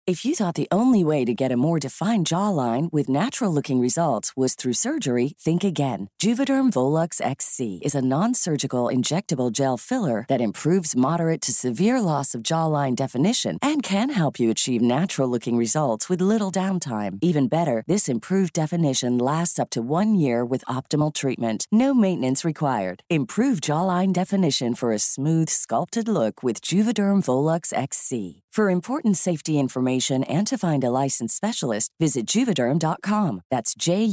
If you thought the only way to get a more defined jawline with natural-looking results was through surgery, think again. Juvederm Volux XC is a non-surgical injectable gel filler that improves moderate to severe loss of jawline definition and can help you achieve natural-looking results with little downtime. Even better, this improved definition lasts up to 1 year with optimal treatment. No maintenance required. Improve jawline definition for a smooth, sculpted look with Juvederm Volux XC. For important safety information and to find a licensed specialist, visit Juvederm.com. That's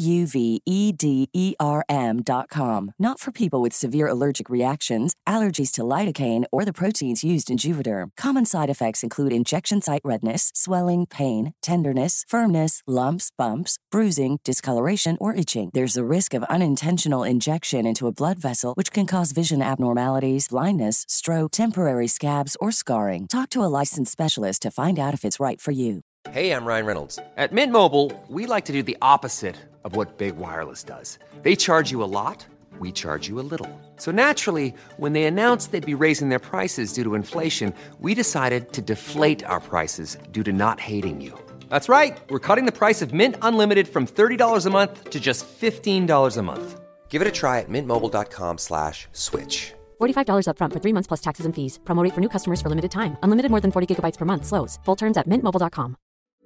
JUVEDERM.com. Not for people with severe allergic reactions, allergies to lidocaine, or the proteins used in Juvederm. Common side effects include injection site redness, swelling, pain, tenderness, firmness, lumps, bumps, bruising, discoloration, or itching. There's a risk of unintentional injection into a blood vessel, which can cause vision abnormalities, blindness, stroke, temporary scabs, or scarring. Talk to a licensed specialist to find out if it's right for you. Hey, I'm Ryan Reynolds. At Mint Mobile, we like to do the opposite of what Big Wireless does. They charge you a lot, we charge you a little. So naturally, when they announced they'd be raising their prices due to inflation, we decided to deflate our prices due to not hating you. That's right. We're cutting the price of Mint Unlimited from $30 a month to just $15 a month. Give it a try at mintmobile.com/switch. $45 up front for 3 months plus taxes and fees. Promo rate for new customers for limited time. Unlimited more than 40 gigabytes per month. Slows full terms at mintmobile.com.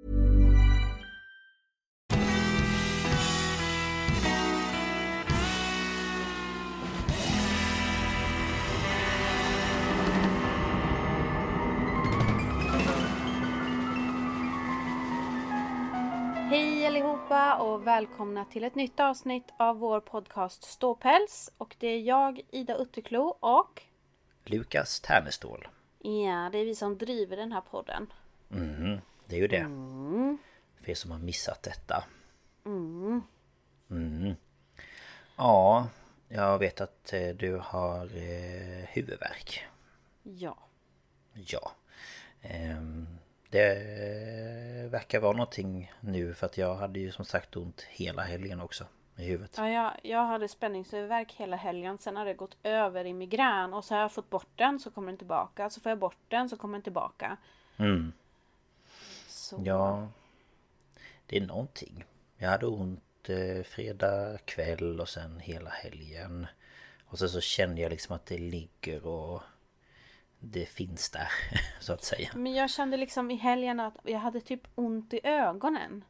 Hej allihopa och välkomna till ett nytt avsnitt av vår podcast Ståpäls. Och det är jag, Ida Utterklo och Lukas Tärnestål. Ja, det är vi som driver den här podden. Det är ju det. För er som har missat detta. Ja, jag vet att du har huvudvärk. Ja. Det verkar vara någonting nu, för att jag hade ju som sagt ont hela helgen också i huvudet. Ja, jag hade spänningshuvudvärk hela helgen. Sen har det gått över i migrän. Och så har jag fått bort den, så kommer den tillbaka. Så får jag bort den, så kommer den tillbaka. Så. Ja, det är någonting. Jag hade ont fredag kväll och sen hela helgen. Och sen så kände jag liksom att det ligger och det finns där, så att säga. Men jag kände liksom i helgen att jag hade typ ont i ögonen.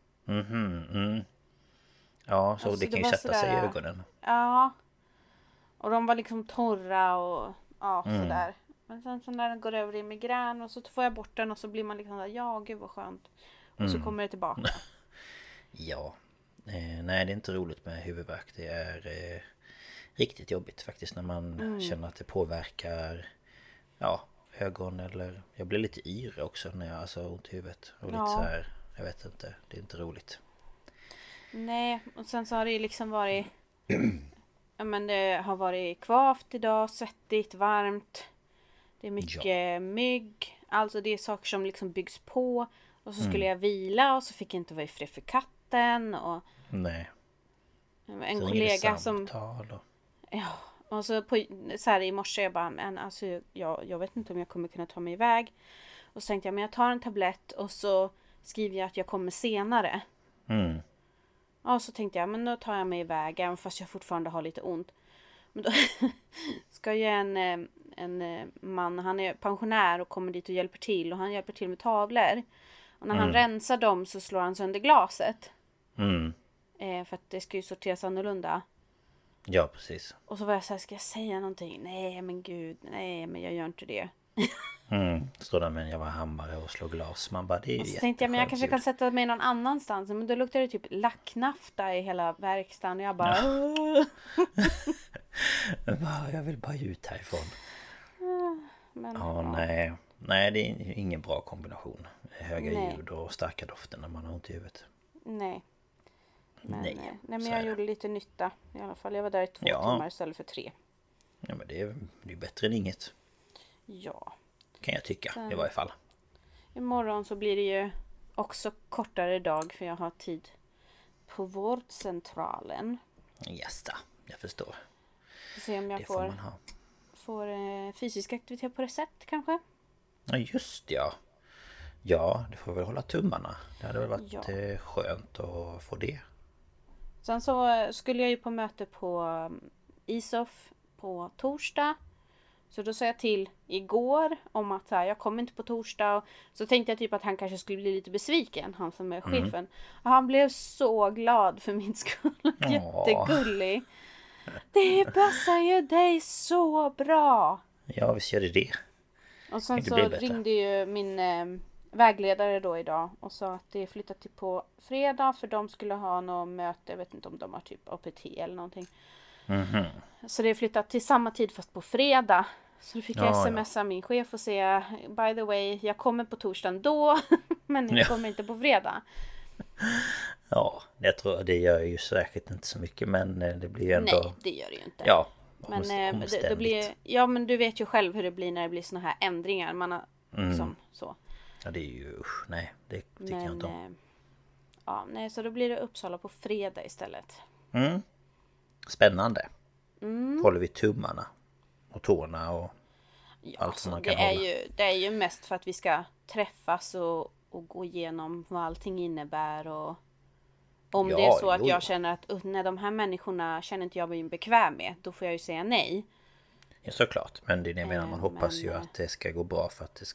Ja, så alltså, det kan ju sätta sig i ögonen. Ja. Och de var liksom torra och sådär. Men sen så när den går över i migrän och så får jag bort den och så blir man liksom där, ja gud vad skönt. Och så kommer det tillbaka. Ja. Nej, det är inte roligt med huvudvärk. Det är riktigt jobbigt faktiskt när man känner att det påverkar ögon, eller jag blir lite yr också när jag har ont i huvudet. Och lite så här, jag vet inte, det är inte roligt. Nej, och sen så har det ju liksom varit ja, men det har varit kvavt idag, svettigt, varmt. Det är mycket mygg. Alltså det är saker som liksom byggs på. Och så skulle jag vila och så fick jag inte vara i fred för katten. Och nej. En kollega som... Ja, och så här i morse jag bara, men alltså jag vet inte om jag kommer kunna ta mig iväg. Och så tänkte jag, men jag tar en tablett och så skriver jag att jag kommer senare. Ja, så tänkte jag, men då tar jag mig iväg även fast jag fortfarande har lite ont. Men då ska ju en man, han är pensionär och kommer dit och hjälper till. Och han hjälper till med tavlor. Och när han rensar dem så slår han sönder glaset. För att det ska ju sorteras annorlunda. Ja, precis. Och så var jag så här, ska jag säga någonting? Nej, men gud, nej, men jag gör inte det. Står där med en jävla hammare och slår glas. Man bara, det är ju. Och så tänkte jag, men jag kanske kan sätta mig någon annanstans. Men då luktar det typ lacknafta i hela verkstaden. Och jag bara... jag vill bara ut härifrån. Men, Nej, det är ingen bra kombination. Höga ljud och starka dofter när man har ont i huvudet. Nej. Nej, men jag gjorde lite nytta i alla fall. Jag var där i 2 timmar istället för 3. Ja, men det är ju bättre än inget. Ja. Kan jag tycka, i varje fall. Imorgon så blir det ju också kortare dag, för jag har tid på vårdcentralen. Jaså, jag förstår. Se om jag får fysisk aktivitet på recept kanske. Ja, just ja. Ja, du får väl hålla tummarna. Det hade väl varit skönt att få det. Sen så skulle jag ju på möte på ISOF på torsdag. Så då sa jag till igår om att jag kommer inte på torsdag. Så tänkte jag typ att han kanske skulle bli lite besviken, han som är chefen. Och han blev så glad för min skull. Jättegullig. Det passar ju dig så bra. Ja, visst gör det. Och sen så ringde ju min vägledare då idag och sa att det är flyttat till på fredag för de skulle ha något möte. Jag vet inte om de har typ APT eller någonting. Så det är flyttat till samma tid fast på fredag. Så då fick jag smsa min chef och säga, by the way, jag kommer på torsdagen då, men jag kommer inte på fredag. Ja, jag tror det gör ju säkert inte så mycket, men det blir ju ändå... Nej, det gör det ju inte. Ja, men det blir, ja, men du vet ju själv hur det blir när det blir såna här ändringar. Man har liksom så. Ja, det är ju, nej, det tycker jag inte om. Ja, nej, så då blir det Uppsala på fredag istället. Spännande. Håller vi tummarna och tårna och allt som man kan hålla. Det är ju mest för att vi ska träffas och gå igenom vad allting innebär. Och om det är så att jag känner att när de här människorna känner inte jag mig bekväm med, då får jag ju säga nej. Ja, såklart. Men det är det jag menar, man hoppas ju att det ska gå bra för att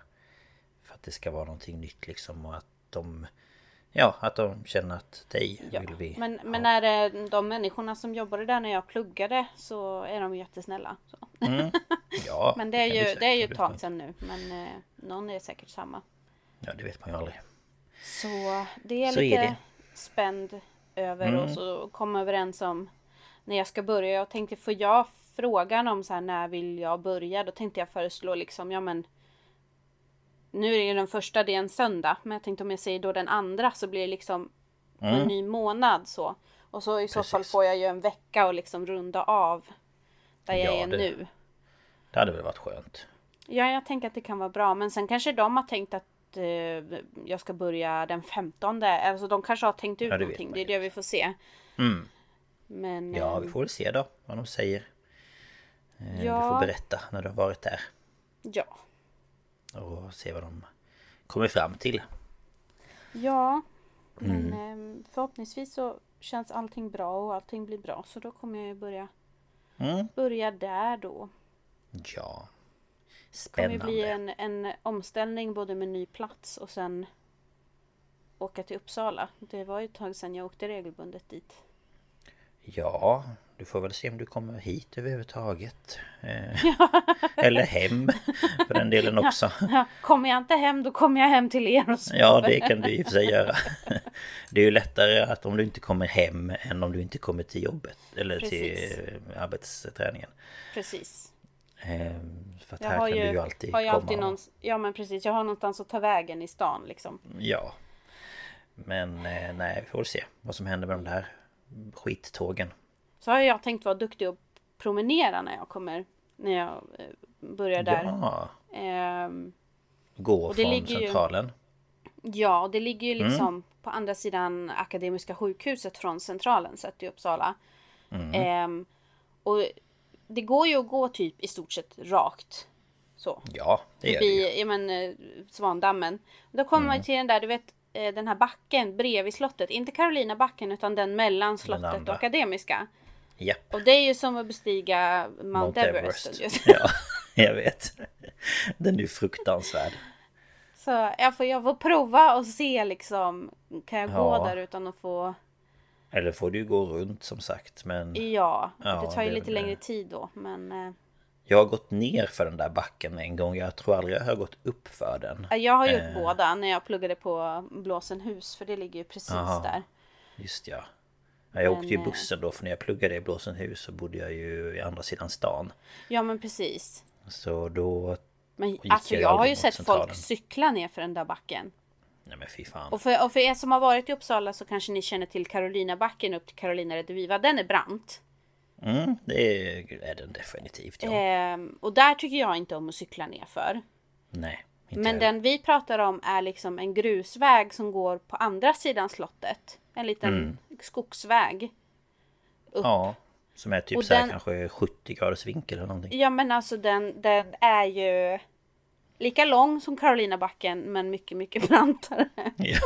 det ska vara någonting nytt liksom, och att de känner att vill vi. Men när de människorna som jobbade där när jag pluggade, så är de jättesnälla. Så. Ja, men det är ju ett tag sedan nu. Men någon är säkert samma. Ja, det vet man ju aldrig. Så det är lite spänd över och så komma överens om när jag ska börja. Jag tänkte, får jag frågan om så här, när vill jag börja? Då tänkte jag föreslå liksom, ja men nu är det den första, det är en söndag. Men jag tänkte om jag säger då den andra så blir det liksom en ny månad så. Och så i så fall får jag ju en vecka och liksom runda av där jag är nu. Det hade väl varit skönt. Ja, jag tänker att det kan vara bra. Men sen kanske de har tänkt att jag ska börja den 15. Alltså de kanske har tänkt ut någonting. Det är det vi får se. Men, ja, vi får väl se då vad de säger. Du får berätta när du har varit där. Ja. Och se vad de kommer fram till. Ja. Men förhoppningsvis så känns allting bra och allting blir bra. Så då kommer jag börja där då. Ja. Spännande. Det kommer bli en omställning både med ny plats och sen åka till Uppsala. Det var ju ett tag sedan jag åkte regelbundet dit. Ja, du får väl se om du kommer hit överhuvudtaget. Eller hem för den delen också. Ja. Kommer jag inte hem, då kommer jag hem till er och så. Ja, det kan du i och för sig göra. Det är ju lättare att om du inte kommer hem än om du inte kommer till jobbet. Eller till arbetsträningen. Precis. För att här kan du ju alltid komma. Ja, men precis. Jag har någonstans att ta vägen i stan liksom. Ja. Men nej, vi får se vad som händer med de där skittågen. Så har jag tänkt vara duktig och promenera när jag börjar där. Ja. Gå från centralen. Ja, och det ligger ju liksom på andra sidan Akademiska sjukhuset från centralen sett i Uppsala. Och det går ju att gå typ i stort sett rakt. Så. Ja, det gör det ju. Svandammen. Då kommer man till den där, du vet, den här backen bredvid slottet. Inte Carolina backen utan den mellan slottet och Akademiska. Japp. Och det är ju som att bestiga Mount Everest. Ja, jag vet. Den är ju fruktansvärd. Så jag får prova och se liksom. Kan jag gå där utan att få... Eller får du gå runt som sagt. Men... Ja, det tar ju lite längre tid då. Men... Jag har gått ner för den där backen en gång. Jag tror aldrig jag har gått upp för den. Jag har gjort båda när jag pluggade på Blåsenhus. För det ligger ju precis där. Just ja. Jag åkte ju bussen då. För när jag pluggade i Blåsenhus så bodde jag ju i andra sidan stan. Ja, men precis. Så då... Men alltså jag har ju sett folk cykla ner för den där backen. Nej men fy fan. Och för er som har varit i Uppsala så kanske ni känner till Carolina-backen upp till Carolina Rediviva. Den är brant. Det är den definitivt, ja. Och där tycker jag inte om att cykla ner för. Nej, inte men den vi pratar om är liksom en grusväg som går på andra sidan slottet. En liten skogsväg. Upp. Ja, som är typ och så här kanske 70 graders vinkel eller någonting. Ja, men alltså den är ju... lika lång som Karolinabacken men mycket, mycket brantare. Ja.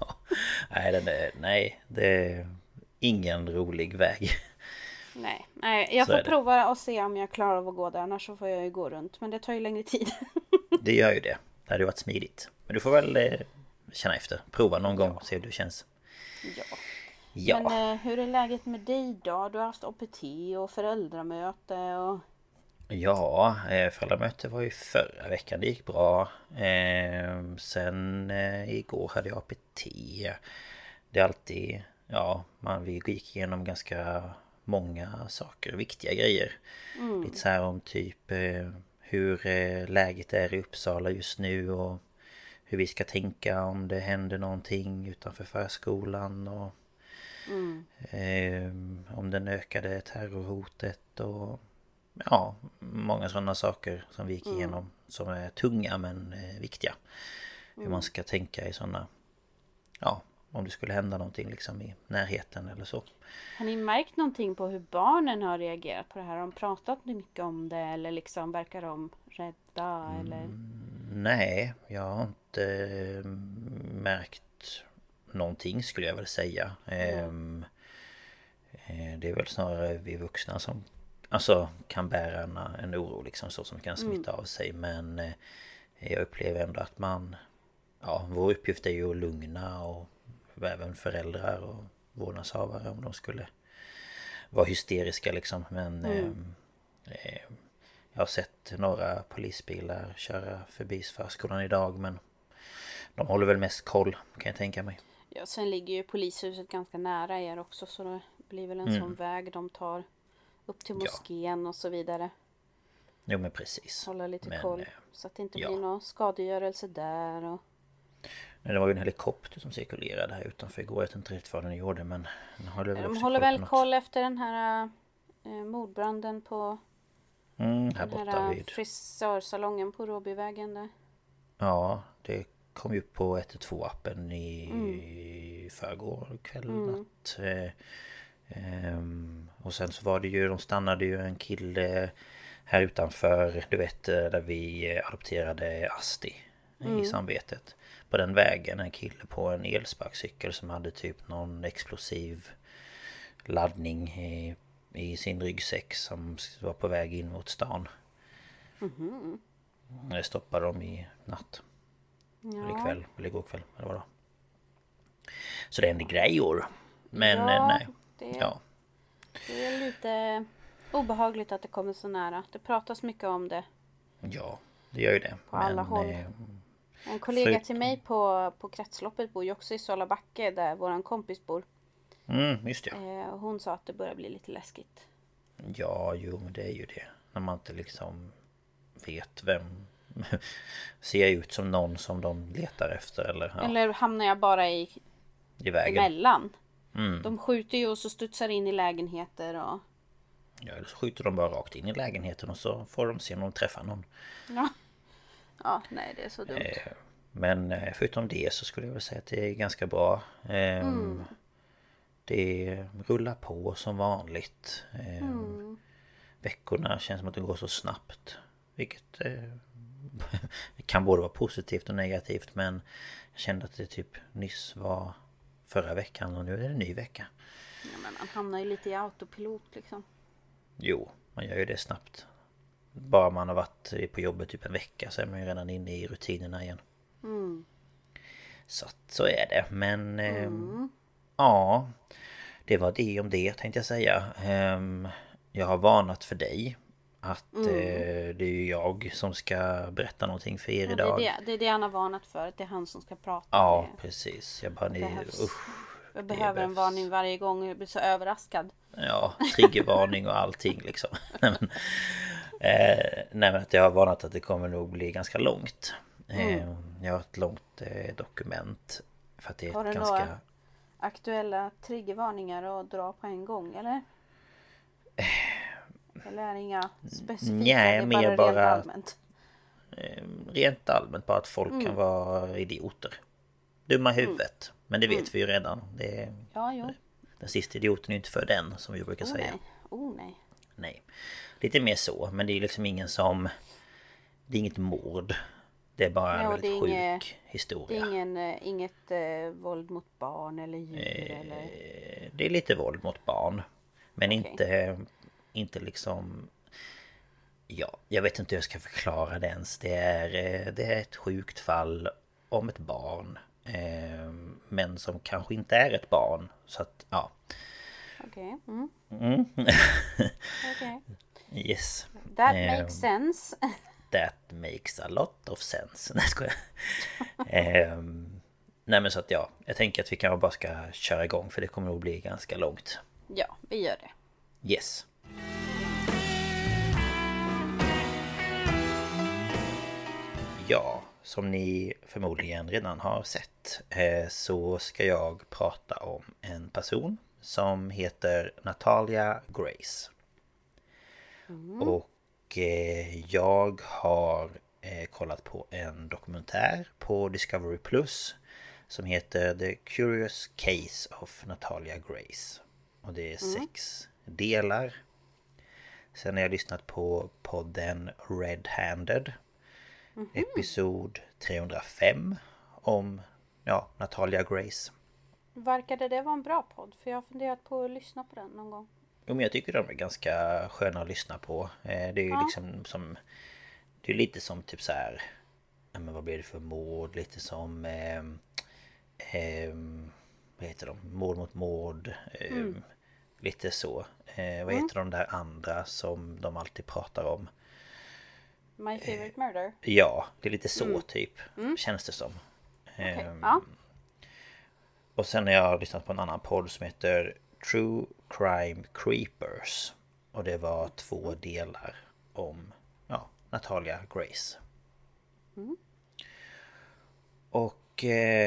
Nej, det är ingen rolig väg. Nej, jag får prova och se om jag klarar av att gå där. Annars så får jag ju gå runt. Men det tar ju längre tid. Det gör ju det. Det hade varit smidigt. Men du får väl känna efter. Prova någon gång och se hur det känns. Ja. Men hur är läget med dig då? Du har haft OPT och föräldramöte och... Ja, föräldramöte var ju förra veckan. Det gick bra. Sen igår hade jag APT. Det är alltid... Ja, vi gick igenom ganska många saker. Viktiga grejer. Lite så här om typ hur läget är i Uppsala just nu. Och hur vi ska tänka om det händer någonting utanför förskolan. Och om den ökade terrorhotet och... Ja, många sådana saker som vi gick igenom som är tunga men viktiga. Hur man ska tänka i sådana... Ja, om det skulle hända någonting liksom i närheten eller så. Har ni märkt någonting på hur barnen har reagerat på det här? Har de pratat mycket om det eller liksom verkar de rädda eller? Nej, jag har inte märkt någonting skulle jag väl säga. Det är väl snarare vi vuxna som kan bära en oro liksom så som kan smitta av sig. Men jag upplever ändå att vår uppgift är ju att lugna och även föräldrar och vårdnadshavare om de skulle vara hysteriska liksom. Men jag har sett några polisbilar köra förbi förskolan idag, men de håller väl mest koll kan jag tänka mig. Ja, sen ligger ju polishuset ganska nära er också, så det blir väl en sån väg de tar upp till moskén och så vidare. Jo men precis. Hålla lite koll så att det inte blir någon skadegörelse där. Och... Nej, det var ju en helikopter som cirkulerade här utanför igår. Jag vet inte riktigt vad den gjorde, men den håller väl koll efter den här mordbranden på här borta vid frisörsalongen på Råbyvägen där. Ja, det kom ju på 112-appen i förrgår kväll natt. Och sen så var det ju, de stannade ju en kille här utanför, du vet, där vi adopterade Asti i Samvetet. På den vägen, en kille på en elsparkcykel som hade typ någon explosiv laddning i sin ryggsäck som var på väg in mot stan. Det stoppade de i natt. Eller kväll, eller igår kväll, eller vad då. Så det är en grejor. Men nej. Det är lite obehagligt att det kommer så nära. Det pratas mycket om det. Ja, det gör ju det. På alla håll. En kollega till mig på kretsloppet bor ju också i Solabacke där våran kompis bor. Just det. Hon sa att det börjar bli lite läskigt. Ja, jo men det är ju det. När man inte liksom vet vem ser ut som någon som de letar efter. Eller hamnar jag bara i vägen. Emellan. De skjuter ju och så studsar in i lägenheter och... Ja, eller så skjuter de bara rakt in i lägenheten och så får de se om de träffar någon. Ja, nej det är så dumt. Men förutom det så skulle jag väl säga att det är ganska bra. Det rullar på som vanligt. Veckorna känns som att det går så snabbt. Vilket kan både vara positivt och negativt. Men jag kände att det typ nyss var förra veckan och nu är det en ny vecka. Ja, men man hamnar ju lite i autopilot liksom. Jo, man gör ju det snabbt. Bara man har varit på jobbet typ en vecka så är man ju redan inne i rutinerna igen. Så är det. Men ja, det var det om det tänkte jag säga. Jag har varnat för dig att det är ju jag som ska berätta någonting för er idag. Det är det han har varnat för, att det är han som ska prata. Ja, precis. Jag bara, jag behöver en varning varje gång, jag blir så överraskad. Ja, triggervarning och allting liksom. Nej men att jag har varnat att det kommer nog bli ganska långt. Jag har ett långt dokument för att det är har du ganska... några aktuella triggervarningar att dra på en gång eller? Eller är det inga specifika? Nej, mer bara rent allmänt. Rent allmänt bara att folk kan vara idioter. Dumma huvudet. Men det vet vi ju redan. Det är... Ja. Den sista idioten är inte för den, som vi brukar säga. Nej. Lite mer så. Men det är liksom ingen som... Det är inget mord. Det är bara en väldigt sjuk historia. Det är inget våld mot barn eller djur eller... Det är lite våld mot barn. Men inte liksom... Ja, jag vet inte hur jag ska förklara det ens. Det är ett sjukt fall om ett barn. Men som kanske inte är ett barn. Så att, ja. Okej. Okej. Yes. That makes sense. That makes a lot of sense. Nej, skojar. Nej men så att ja, jag tänker att vi kanske bara ska köra igång, för det kommer nog bli ganska långt. Ja, vi gör det. Yes. Ja, som ni förmodligen redan har sett så ska jag prata om en person som heter Natalia Grace. Och jag har kollat på en dokumentär på Discovery Plus som heter The Curious Case of Natalia Grace. Och det är 6 delar. Sen har jag lyssnat på podden Red Handed. Episod 305 om Natalia Grace. Verkade det vara en bra podd? För jag har funderat på att lyssna på den någon gång. Jo, men jag tycker de är ganska sköna att lyssna på. Det är ju liksom som... Det är lite som typ så här... Men vad blir det för mord? Lite som... vad heter de? Mord mot mord. Lite så. Vad heter de där andra som de alltid pratar om? My Favorite Murder? Ja, det är lite så typ. Känns det som. Och sen har jag lyssnat på en annan podd som heter True Crime Creepers. Och det var 2 delar om Natalia Grace. Och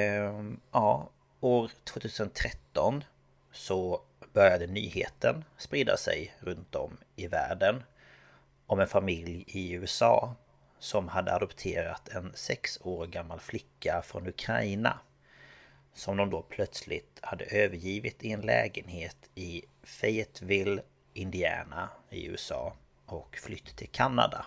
år 2013 så började nyheten sprida sig runt om i världen om en familj i USA som hade adopterat en 6 år gammal flicka från Ukraina som de då plötsligt hade övergivit i en lägenhet i Fayetteville, Indiana i USA och flytt till Kanada.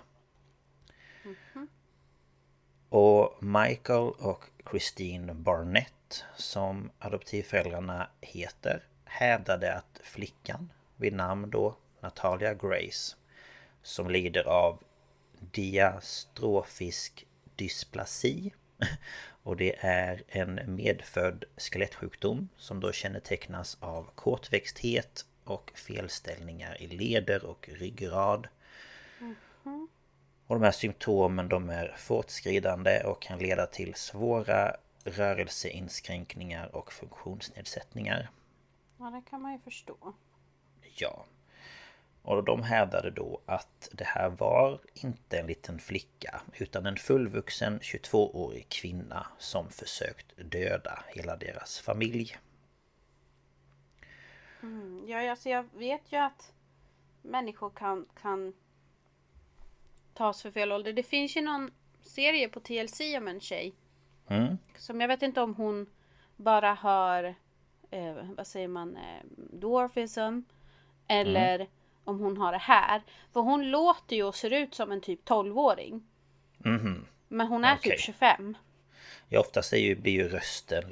Och Michael och Christine Barnett, som adoptivföräldrarna heter, hävdade att flickan vid namn då Natalia Grace, som lider av diastrofisk dysplasi, och det är en medfödd skelettsjukdom som då kännetecknas av kortväxthet och felställningar i leder och ryggrad. Och de här symptomen, de är fortskridande och kan leda till svåra rörelseinskränkningar och funktionsnedsättningar. Ja, det kan man ju förstå. Ja. Och de hävdade då att det här var inte en liten flicka utan en fullvuxen 22-årig kvinna som försökt döda hela deras familj. Ja, alltså jag vet ju att människor kan tas för fel ålder. Det finns ju någon serie på TLC om en tjej. Som jag vet inte om hon bara har vad säger man, dwarfism eller om hon har det här. För hon låter ju och ser ut som en typ 12-åring. Men hon är typ 25. Ja, oftast blir ju rösten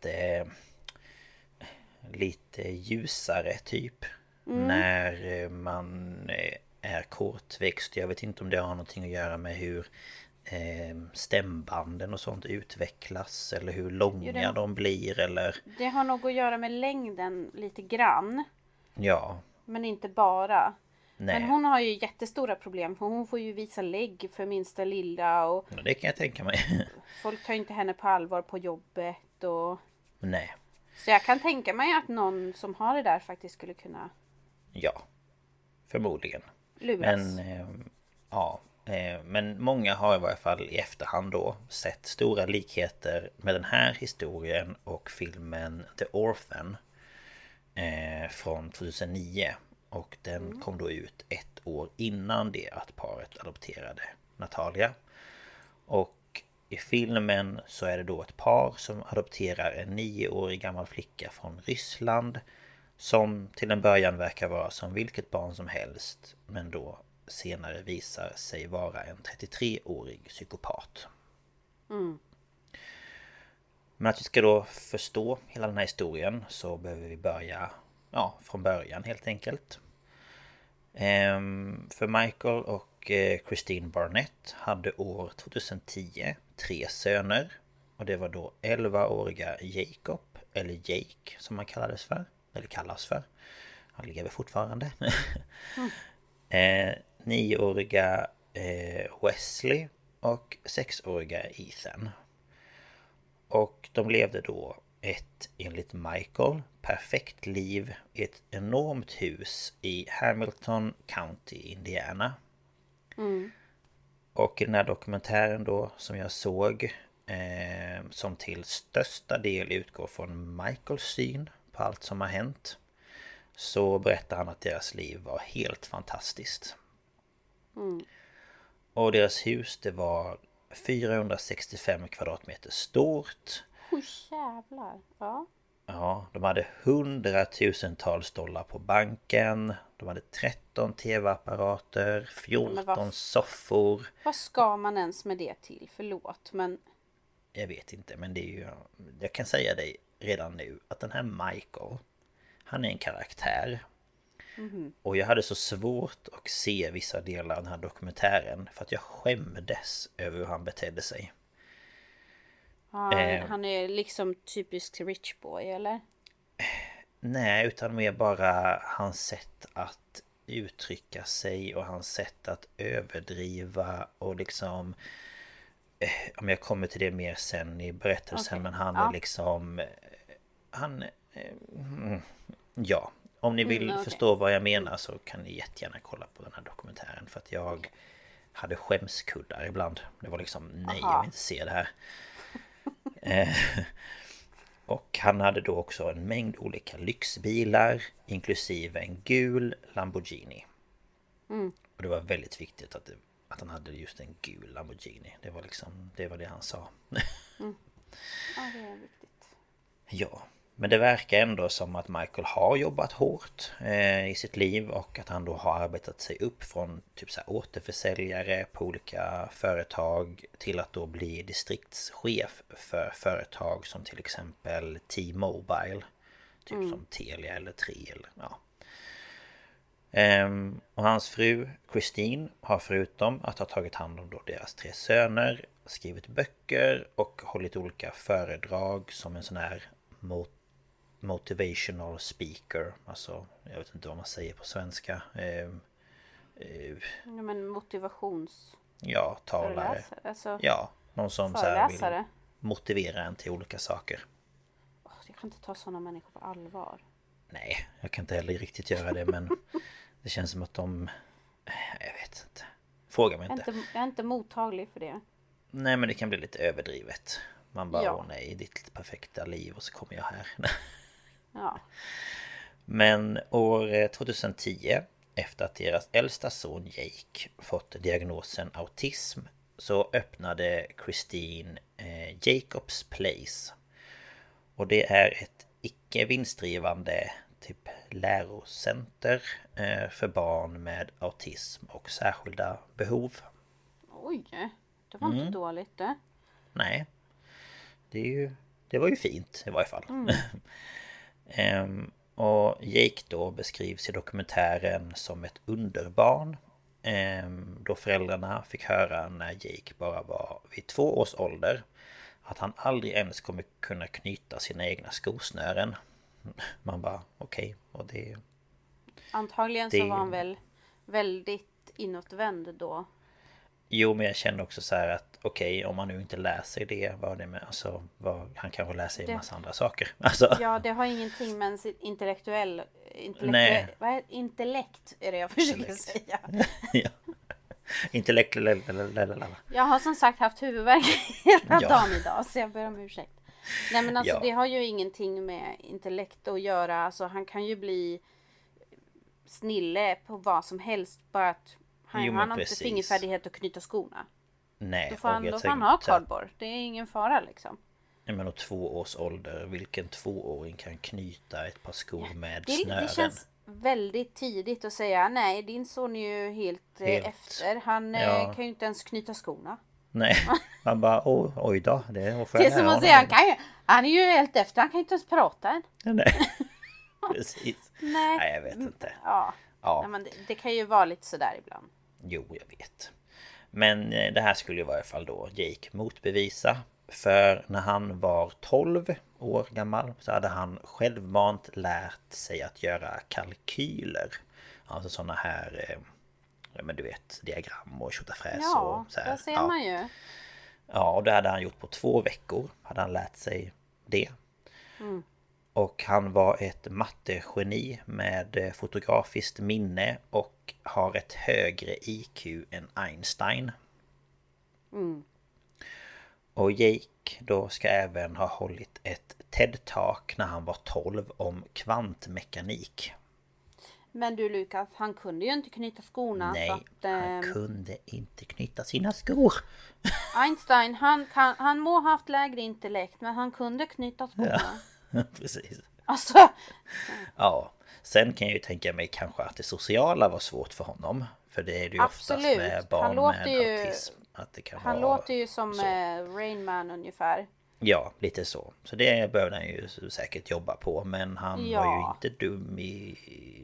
lite ljusare typ. När man är kortväxt. Jag vet inte om det har någonting att göra med hur stämbanden och sånt utvecklas. Eller hur långa de blir. Eller... Det har nog att göra med längden lite grann. Ja. Men inte bara. Nej. Men hon har ju jättestora problem. För hon får ju visa lägg för minsta lilla. Och ja, det kan jag tänka mig. folk tar inte henne på allvar på jobbet. Och... Nej. Så jag kan tänka mig att någon som har det där faktiskt skulle kunna... Ja, förmodligen. Luras. Men många har i varje fall i efterhand då sett stora likheter med den här historien och filmen The Orphan från 2009. Och den kom då ut 1 år innan det att paret adopterade Natalia. Och i filmen så är det då ett par som adopterar en 9-årig gammal flicka från Ryssland, som till en början verkar vara som vilket barn som helst, men då senare visar sig vara en 33-årig psykopat. Men att vi ska då förstå hela den här historien så behöver vi börja från början helt enkelt. För Michael och Christine Barnett hade år 2010 3 söner. Och det var då 11-åriga Jacob, eller Jake som man kallades för. Eller kallas för. Han lever fortfarande. 9-åriga Wesley och 6-åriga Ethan. Och de levde då ett, enligt Michael, perfekt liv i ett enormt hus i Hamilton County, Indiana. Och i den här dokumentären då som jag såg, som till största del utgår från Michaels syn på allt som har hänt, så berättar han att deras liv var helt fantastiskt. Och deras hus, det var 465 kvadratmeter stort. Jävlar, ja. Ja, de hade $100,000 på banken. De hade 13 tv-apparater, 14 soffor. Vad ska man ens med det till? Förlåt, men... Jag vet inte, men det är ju... Jag kan säga dig redan nu att den här Michael, han är en karaktär. Och jag hade så svårt att se vissa delar av den här dokumentären för att jag skämdes över hur han betedde sig. Han är liksom typisk rich boy, eller? Nej, utan mer bara hans sätt att uttrycka sig och hans sätt att överdriva och liksom... Om jag kommer till det mer sen i berättelsen, men han är liksom... Ja, om ni vill förstå vad jag menar så kan ni jättegärna kolla på den här dokumentären. För att jag hade skämskuddar ibland. Det var liksom, nej, jag vill inte se det här. Och han hade då också en mängd olika lyxbilar, inklusive en gul Lamborghini. Och det var väldigt viktigt att han hade just en gul Lamborghini. Det var liksom, det var det han sa. Ja, det är viktigt. Ja, men det verkar ändå som att Michael har jobbat hårt i sitt liv och att han då har arbetat sig upp från typ så här återförsäljare på olika företag till att då bli distriktschef för företag som till exempel T-Mobile, typ som Telia eller Tre eller ja. Och hans fru Christine har förutom att ha tagit hand om då deras 3 söner skrivit böcker och hållit olika föredrag som en sån här motivational speaker. Alltså, jag vet inte vad man säger på svenska. Ja, men motivations... Ja, talare. Alltså, ja, någon som så här vill motivera en till olika saker. Jag kan inte ta sådana människor på allvar. Nej, jag kan inte heller riktigt göra det, men det känns som att de... Jag vet inte. Fråga mig inte. Jag är inte mottaglig för det. Nej, men det kan bli lite överdrivet. Man bara, åh nej, ditt perfekta liv och så kommer jag här. Ja. Men år 2010, efter att deras äldsta son Jake fått diagnosen autism, så öppnade Christine Jacobs Place. Och det är ett icke vinstdrivande typ lärocenter för barn med autism och särskilda behov. Oj, det var inte dåligt det. Nej, det var ju fint i varje fall. Och Jake då beskrivs i dokumentären som ett underbarn. Då föräldrarna fick höra när Jake bara var vid 2 års ålder att han aldrig ens kommer kunna knyta sina egna skosnören. Man bara, okej. Och det... Antagligen så var han väl väldigt inåtvänd då. Jo, men jag kände också så här att okej, om man nu inte läser det, vad det med, alltså, han kanske läser en massa andra saker. Alltså. Ja, det har ingenting med intellekt är det jag försöker säga. Ja. Intellekt. Jag har som sagt haft huvudvärk hela dagen idag, så jag ber om ursäkt. Nej, men alltså det har ju ingenting med intellekt att göra. Alltså han kan ju bli snille på vad som helst, bara att han har inte fingerfärdighet att knyta skorna. Nej, då får han ha kardborr. Det är ingen fara liksom. Men 2 års ålder, vilken 2-åring kan knyta ett par skor med snören? Det känns väldigt tidigt att säga, nej, din son är ju helt efter. Han kan ju inte ens knyta skorna. Nej, man bara oj då. Det är som att säga, han är ju helt efter, han kan inte ens prata än. Nej, precis. Nej, jag vet inte. Ja. Nej, men det kan ju vara lite sådär ibland. Jo, jag vet. Men det här skulle ju i varje fall då Jake motbevisa. För när han var 12 år gammal så hade han självmant lärt sig att göra kalkyler. Alltså sådana här, men du vet, diagram och tjotafräs och så här. Ja, det ser man ju. Ja, och det hade han gjort på 2 veckor. Hade han lärt sig det. Och han var ett mattegeni med fotografiskt minne och har ett högre IQ än Einstein. Och Jake då ska även ha hållit ett TED-talk när han var 12 om kvantmekanik. Men du Lukas, han kunde ju inte knyta skorna. Nej, så att, han kunde inte knyta sina skor. Einstein, han må ha haft lägre intellekt, men han kunde knyta skorna. Ja, precis. Alltså. Ja, sen kan jag ju tänka mig kanske att det sociala var svårt för honom. För det är det ju oftast med barn med autism. Att det kan han låter ju som Rain Man ungefär. Ja, lite så. Så det behövde han ju säkert jobba på. Men han var ju inte dum i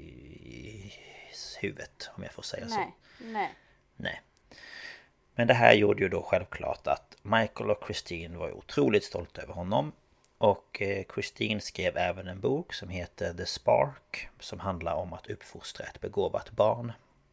huvudet, om jag får säga så. Nej. Men det här gjorde ju då självklart att Michael och Christine var otroligt stolta över honom. Och Christine skrev även en bok som heter The Spark, som handlar om att uppfostra ett begåvat barn.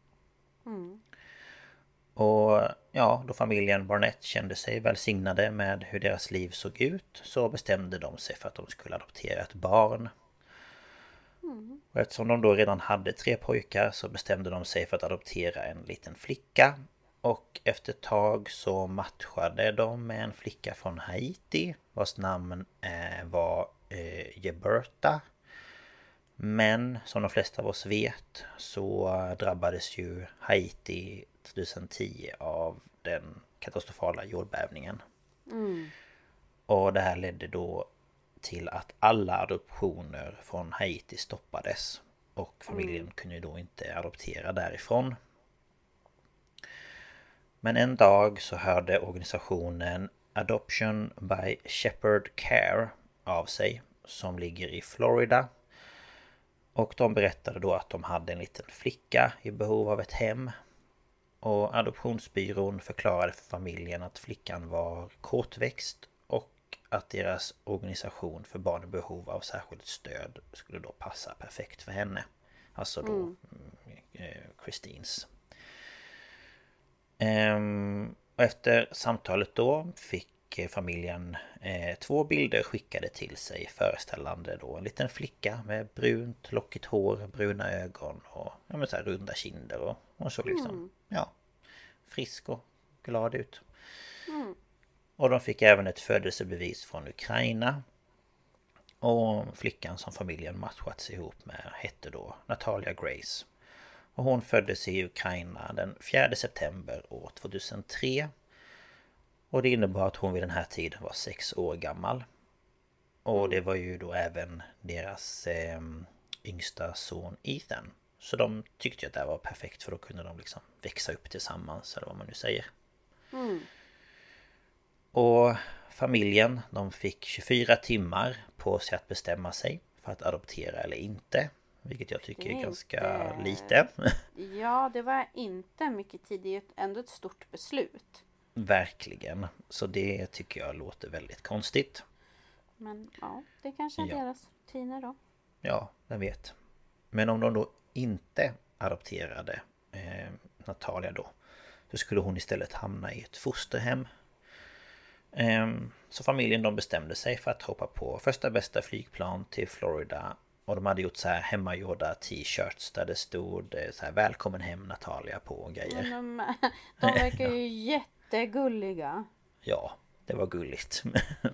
Och ja, då familjen Barnett kände sig välsignade med hur deras liv såg ut, så bestämde de sig för att de skulle adoptera ett barn. Och eftersom de då redan hade 3 pojkar så bestämde de sig för att adoptera en liten flicka. Och efter ett tag så matchade de med en flicka från Haiti vars namn var Jeberta. Men som de flesta av oss vet så drabbades ju Haiti 2010 av den katastrofala jordbävningen. Och det här ledde då till att alla adoptioner från Haiti stoppades. Och familjen kunde då inte adoptera därifrån. Men en dag så hörde organisationen Adoption by Shepherd Care av sig, som ligger i Florida. Och de berättade då att de hade en liten flicka i behov av ett hem. Och adoptionsbyrån förklarade för familjen att flickan var kortväxt och att deras organisation för barn i behov av särskilt stöd skulle då passa perfekt för henne. Alltså då Christines. Och efter samtalet då fick familjen 2 bilder skickade till sig föreställande då en liten flicka med brunt, lockigt hår, bruna ögon och så här runda kinder och hon såg liksom frisk och glad ut. Och de fick även ett födelsebevis från Ukraina. Och flickan som familjen matchats ihop med hette då Natalia Grace. Och hon föddes i Ukraina den 4 september år 2003. Och det innebar att hon vid den här tiden var 6 år gammal. Och det var ju då även deras yngsta son Ethan. Så de tyckte att det var perfekt, för då kunde de liksom växa upp tillsammans, eller vad man nu säger. Och familjen, de fick 24 timmar på sig att bestämma sig för att adoptera eller inte. Vilket jag tycker är ganska lite. Ja, det var inte mycket tid. Det är ändå ett stort beslut. Verkligen. Så det tycker jag låter väldigt konstigt. Men ja, det kanske är deras rutiner då. Ja, jag vet. Men om de då inte adopterade Natalia då, så skulle hon istället hamna i ett fosterhem. Så familjen, de bestämde sig för att hoppa på första bästa flygplan till Florida. Och de hade gjort så här hemmagjorda t-shirts där det stod så här välkommen hem Natalia på och grejer. De verkar ju jättegulliga. Ja, det var gulligt.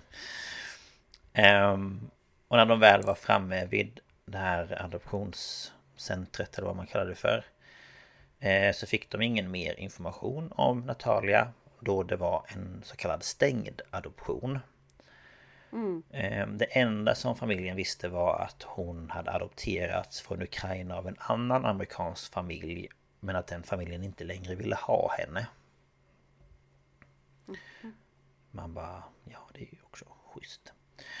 Och när de väl var framme vid det här adoptionscentret, eller vad man kallar det för, så fick de ingen mer information om Natalia, då det var en så kallad stängd adoption. Det enda som familjen visste var att hon hade adopterats från Ukraina av en annan amerikansk familj, men att den familjen inte längre ville ha henne. Man bara, ja det är ju också schysst.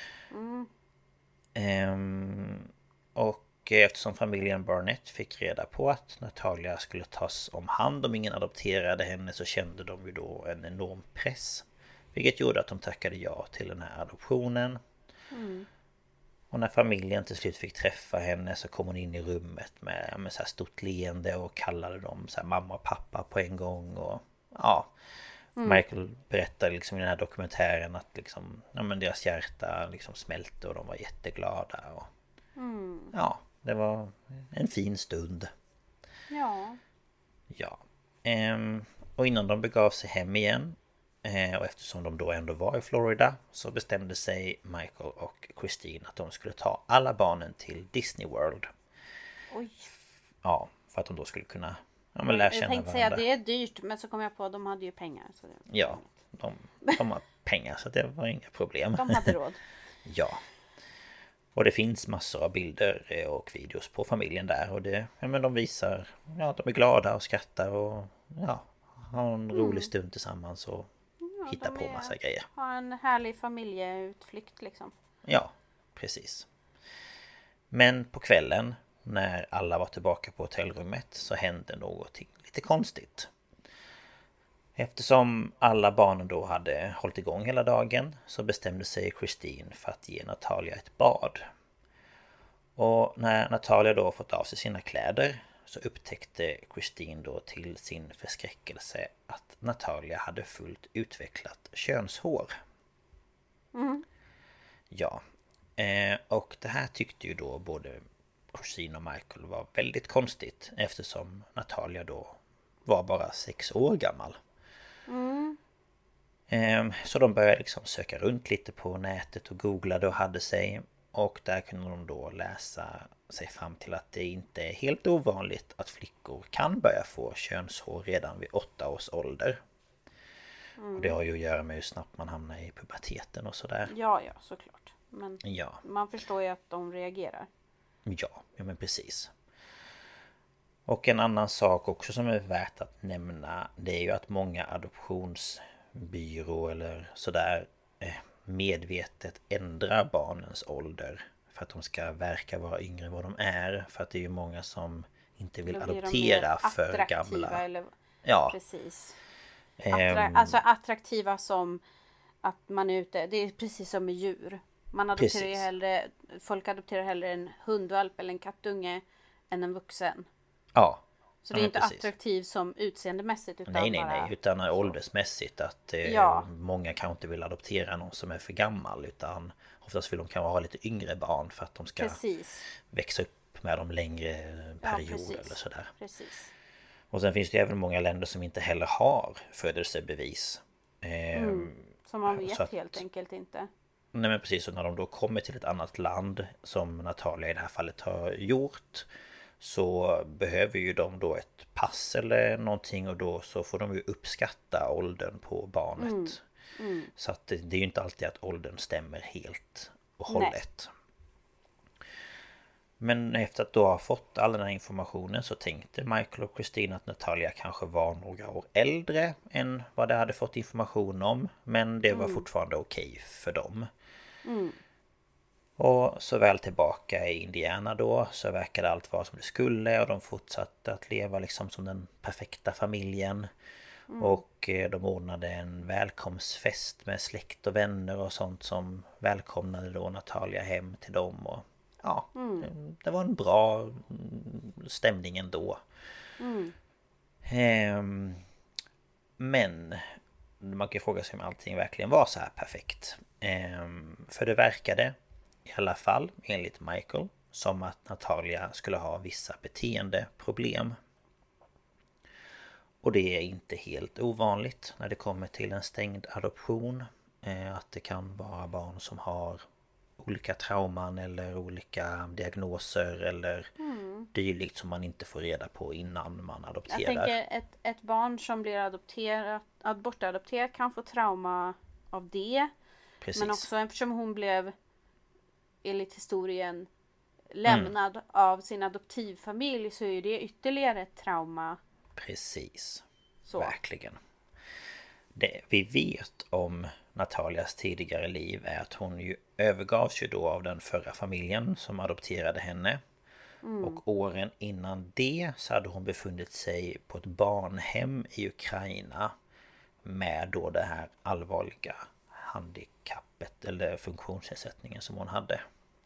Och eftersom familjen Barnett fick reda på att Natalia skulle tas om hand om ingen adopterade henne, så kände de ju då en enorm press. Vilket gjorde att de tackade ja till den här adoptionen. Och när familjen till slut fick träffa henne så kom hon in i rummet med så här stort leende och kallade dem så här mamma och pappa på en gång. Och ja, Michael berättade liksom i den här dokumentären att liksom, ja, men deras hjärta liksom smälte och de var jätteglada. Och, ja, det var en fin stund. Ja. Ja. Och innan de begav sig hem igen, och eftersom de då ändå var i Florida, så bestämde sig Michael och Christine att de skulle ta alla barnen till Disney World. Oj. Ja, för att de då skulle kunna lära känna varandra. Jag tänkte säga att det är dyrt, men så kom jag på att de hade ju pengar. Så det... Ja, de har pengar så det var inga problem. De hade råd. Ja. Och det finns massor av bilder och videos på familjen där. Och men de visar att de är glada och skrattar och har en rolig stund tillsammans och hittar på massa grejer. Har en härlig familjeutflykt liksom. Ja, precis. Men på kvällen när alla var tillbaka på hotellrummet så hände någonting lite konstigt. Eftersom alla barnen då hade hållit igång hela dagen så bestämde sig Christine för att ge Natalia ett bad. Och när Natalia då fått av sig sina kläder så upptäckte Christine då till sin förskräckelse att Natalia hade fullt utvecklat könshår. Ja, och det här tyckte ju då både Christine och Michael var väldigt konstigt eftersom Natalia då var bara 6 år gammal. Så de började liksom söka runt lite på nätet och googlade och hade sig. Och där kunde de då läsa sig fram till att det inte är helt ovanligt att flickor kan börja få könshår redan vid 8 års ålder. Och det har ju att göra med hur snabbt man hamnar i puberteten och sådär. Ja, såklart. Men man förstår ju att de reagerar. Ja, men precis. Och en annan sak också som är värt att nämna, det är ju att många adoptionsbyrå eller sådär medvetet ändrar barnens ålder för att de ska verka vara yngre än vad de är. För att det är ju många som inte vill adoptera för gamla. Eller... Ja, precis. Alltså attraktiva som att man är ute. Det är precis som med djur. Man adopterar ju hellre, folk adopterar hellre en hundvalp eller en kattunge än en vuxen. Ja. Så det är inte attraktivt som utseendemässigt utan nej, utan åldersmässigt att många kanske inte vill adoptera någon som är för gammal, utan oftast vill de kanske ha lite yngre barn för att de ska växa upp med dem längre perioder eller sådär. Precis. Och sen finns det även många länder som inte heller har födelsebevis. Som man vet helt enkelt inte. Nej, men precis, så när de då kommer till ett annat land som Natalia i det här fallet har gjort, så behöver ju de då ett pass eller någonting, och då så får de ju uppskatta åldern på barnet. Så att det är ju inte alltid att åldern stämmer helt och hållet. Men efter att då ha fått all den här informationen så tänkte Michael och Christine att Natalia kanske var några år äldre än vad de hade fått information om. Men det var fortfarande okej för dem. Och så väl tillbaka i Indiana då så verkade allt vara som det skulle, och de fortsatte att leva liksom som den perfekta familjen. Och de ordnade en välkomstfest med släkt och vänner och sånt som välkomnade då Natalia hem till dem. Och det var en bra stämning ändå. Men man kan fråga sig om allting verkligen var så här perfekt. För det verkade i alla fall, enligt Michael, som att Natalia skulle ha vissa beteendeproblem. Och det är inte helt ovanligt när det kommer till en stängd adoption. Att det kan vara barn som har olika trauman eller olika diagnoser eller dylikt som man inte får reda på innan man adopterar. Jag tänker ett barn som blir bortadopterat kan få trauma av det. Precis. Men också eftersom hon blev enligt historien lämnad av sin adoptivfamilj så är det ytterligare ett trauma. Precis, så. Verkligen. det vi vet om Natalias tidigare liv är att hon ju övergavs ju då av den förra familjen som adopterade henne. Och åren innan det så hade hon befunnit sig på ett barnhem i Ukraina med då det här allvarliga handikappet eller funktionsnedsättningen som hon hade.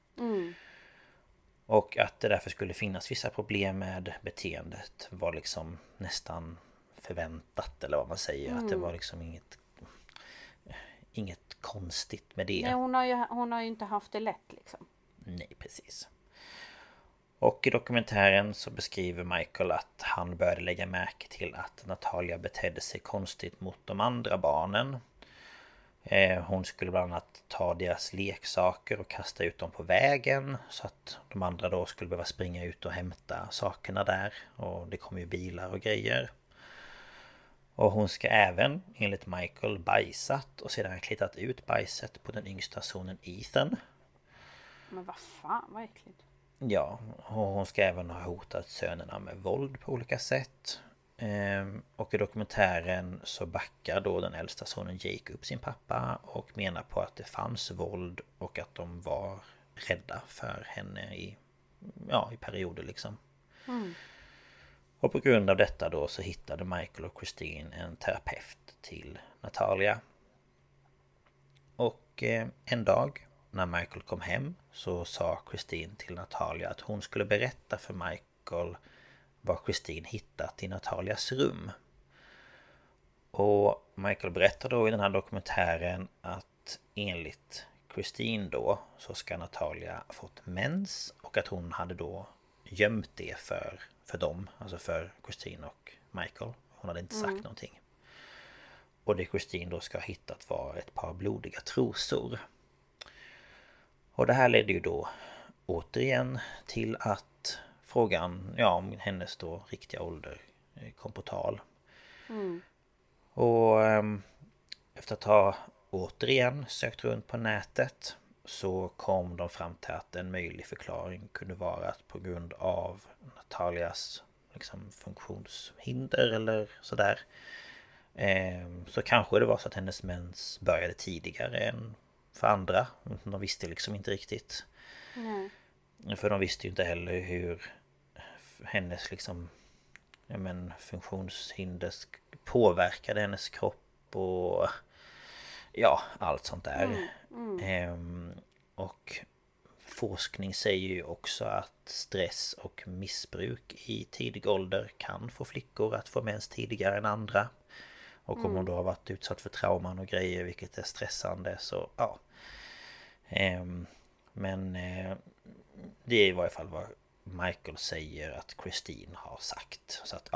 Och att det därför skulle finnas vissa problem med beteendet var liksom nästan förväntat, eller vad man säger. Att det var liksom inget konstigt med det. Nej, hon har ju inte haft det lätt liksom. Nej, precis. Och i dokumentären så beskriver Michael att han började lägga märke till att Natalia betedde sig konstigt mot de andra barnen. Hon skulle bland annat ta deras leksaker och kasta ut dem på vägen, så att de andra då skulle behöva springa ut och hämta sakerna där. Och det kom ju bilar och grejer. Och hon ska även, enligt Michael, bajsat och sedan klittat ut bajset på den yngsta sonen Ethan. Men vad fan, vad äckligt. Ja, och hon ska även ha hotat sönerna med våld på olika sätt. Och i dokumentären så backar då den äldsta sonen Jake upp sin pappa och menar på att det fanns våld och att de var rädda för henne i perioder liksom. Och på grund av detta då så hittade Michael och Christine en terapeut till Natalia. Och en dag när Michael kom hem så sa Christine till Natalia att hon skulle berätta för Michael vad Christine hittat i Natalias rum. Och Michael berättar då i den här dokumentären att enligt Christine då så ska Natalia fått mens och att hon hade då gömt det för dem, alltså för Christine och Michael. Hon hade inte sagt någonting. Och det Christine då ska ha hittat var ett par blodiga trosor. Och det här ledde ju då återigen till att frågan om hennes då riktiga ålder kom på tal. Och efter att ha återigen sökt runt på nätet så kom de fram till att en möjlig förklaring kunde vara att på grund av Natalias liksom funktionshinder eller sådär, så kanske det var så att hennes mens började tidigare än för andra. De visste liksom inte riktigt. Nej. För de visste ju inte heller hur hennes liksom funktionshinder påverkade hennes kropp och allt sånt där. Och forskning säger ju också att stress och missbruk i tidig ålder kan få flickor att få mens tidigare än andra. Och om hon då har varit utsatt för trauman och grejer, vilket är stressande, så men det är i varje fall vad Michael säger att Christine har sagt. Så att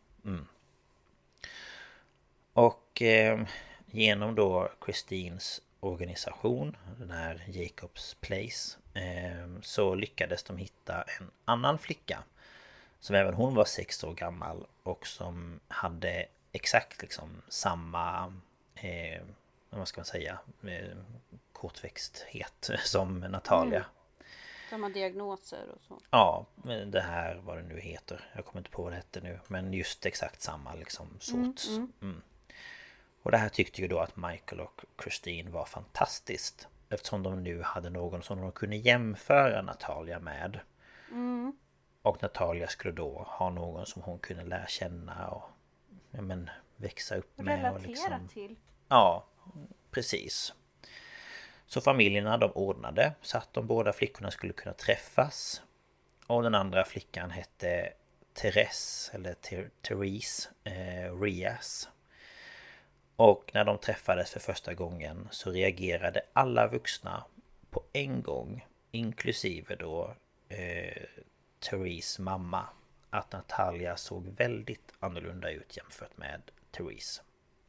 Och genom då Christines organisation, den här Jacob's Place, så lyckades de hitta en annan flicka som även hon var 6 år gammal och som hade exakt liksom samma vad ska man säga, kortväxthet som Natalia. Samma diagnoser och så. Ja, det här vad det nu heter. Jag kommer inte på vad det hette nu, men just exakt samma liksom sorts. Och det här tyckte ju då att Michael och Christine var fantastiskt, eftersom de nu hade någon som de kunde jämföra Natalia med. Och Natalia skulle då ha någon som hon kunde lära känna och växa upp med. Relatera och liksom, till. Ja, precis. Så familjerna de ordnade så att de båda flickorna skulle kunna träffas. Och den andra flickan hette Therese eller Therese Rias. Och när de träffades för första gången så reagerade alla vuxna på en gång, inklusive då Therese mamma, att Natalia såg väldigt annorlunda ut jämfört med Therese.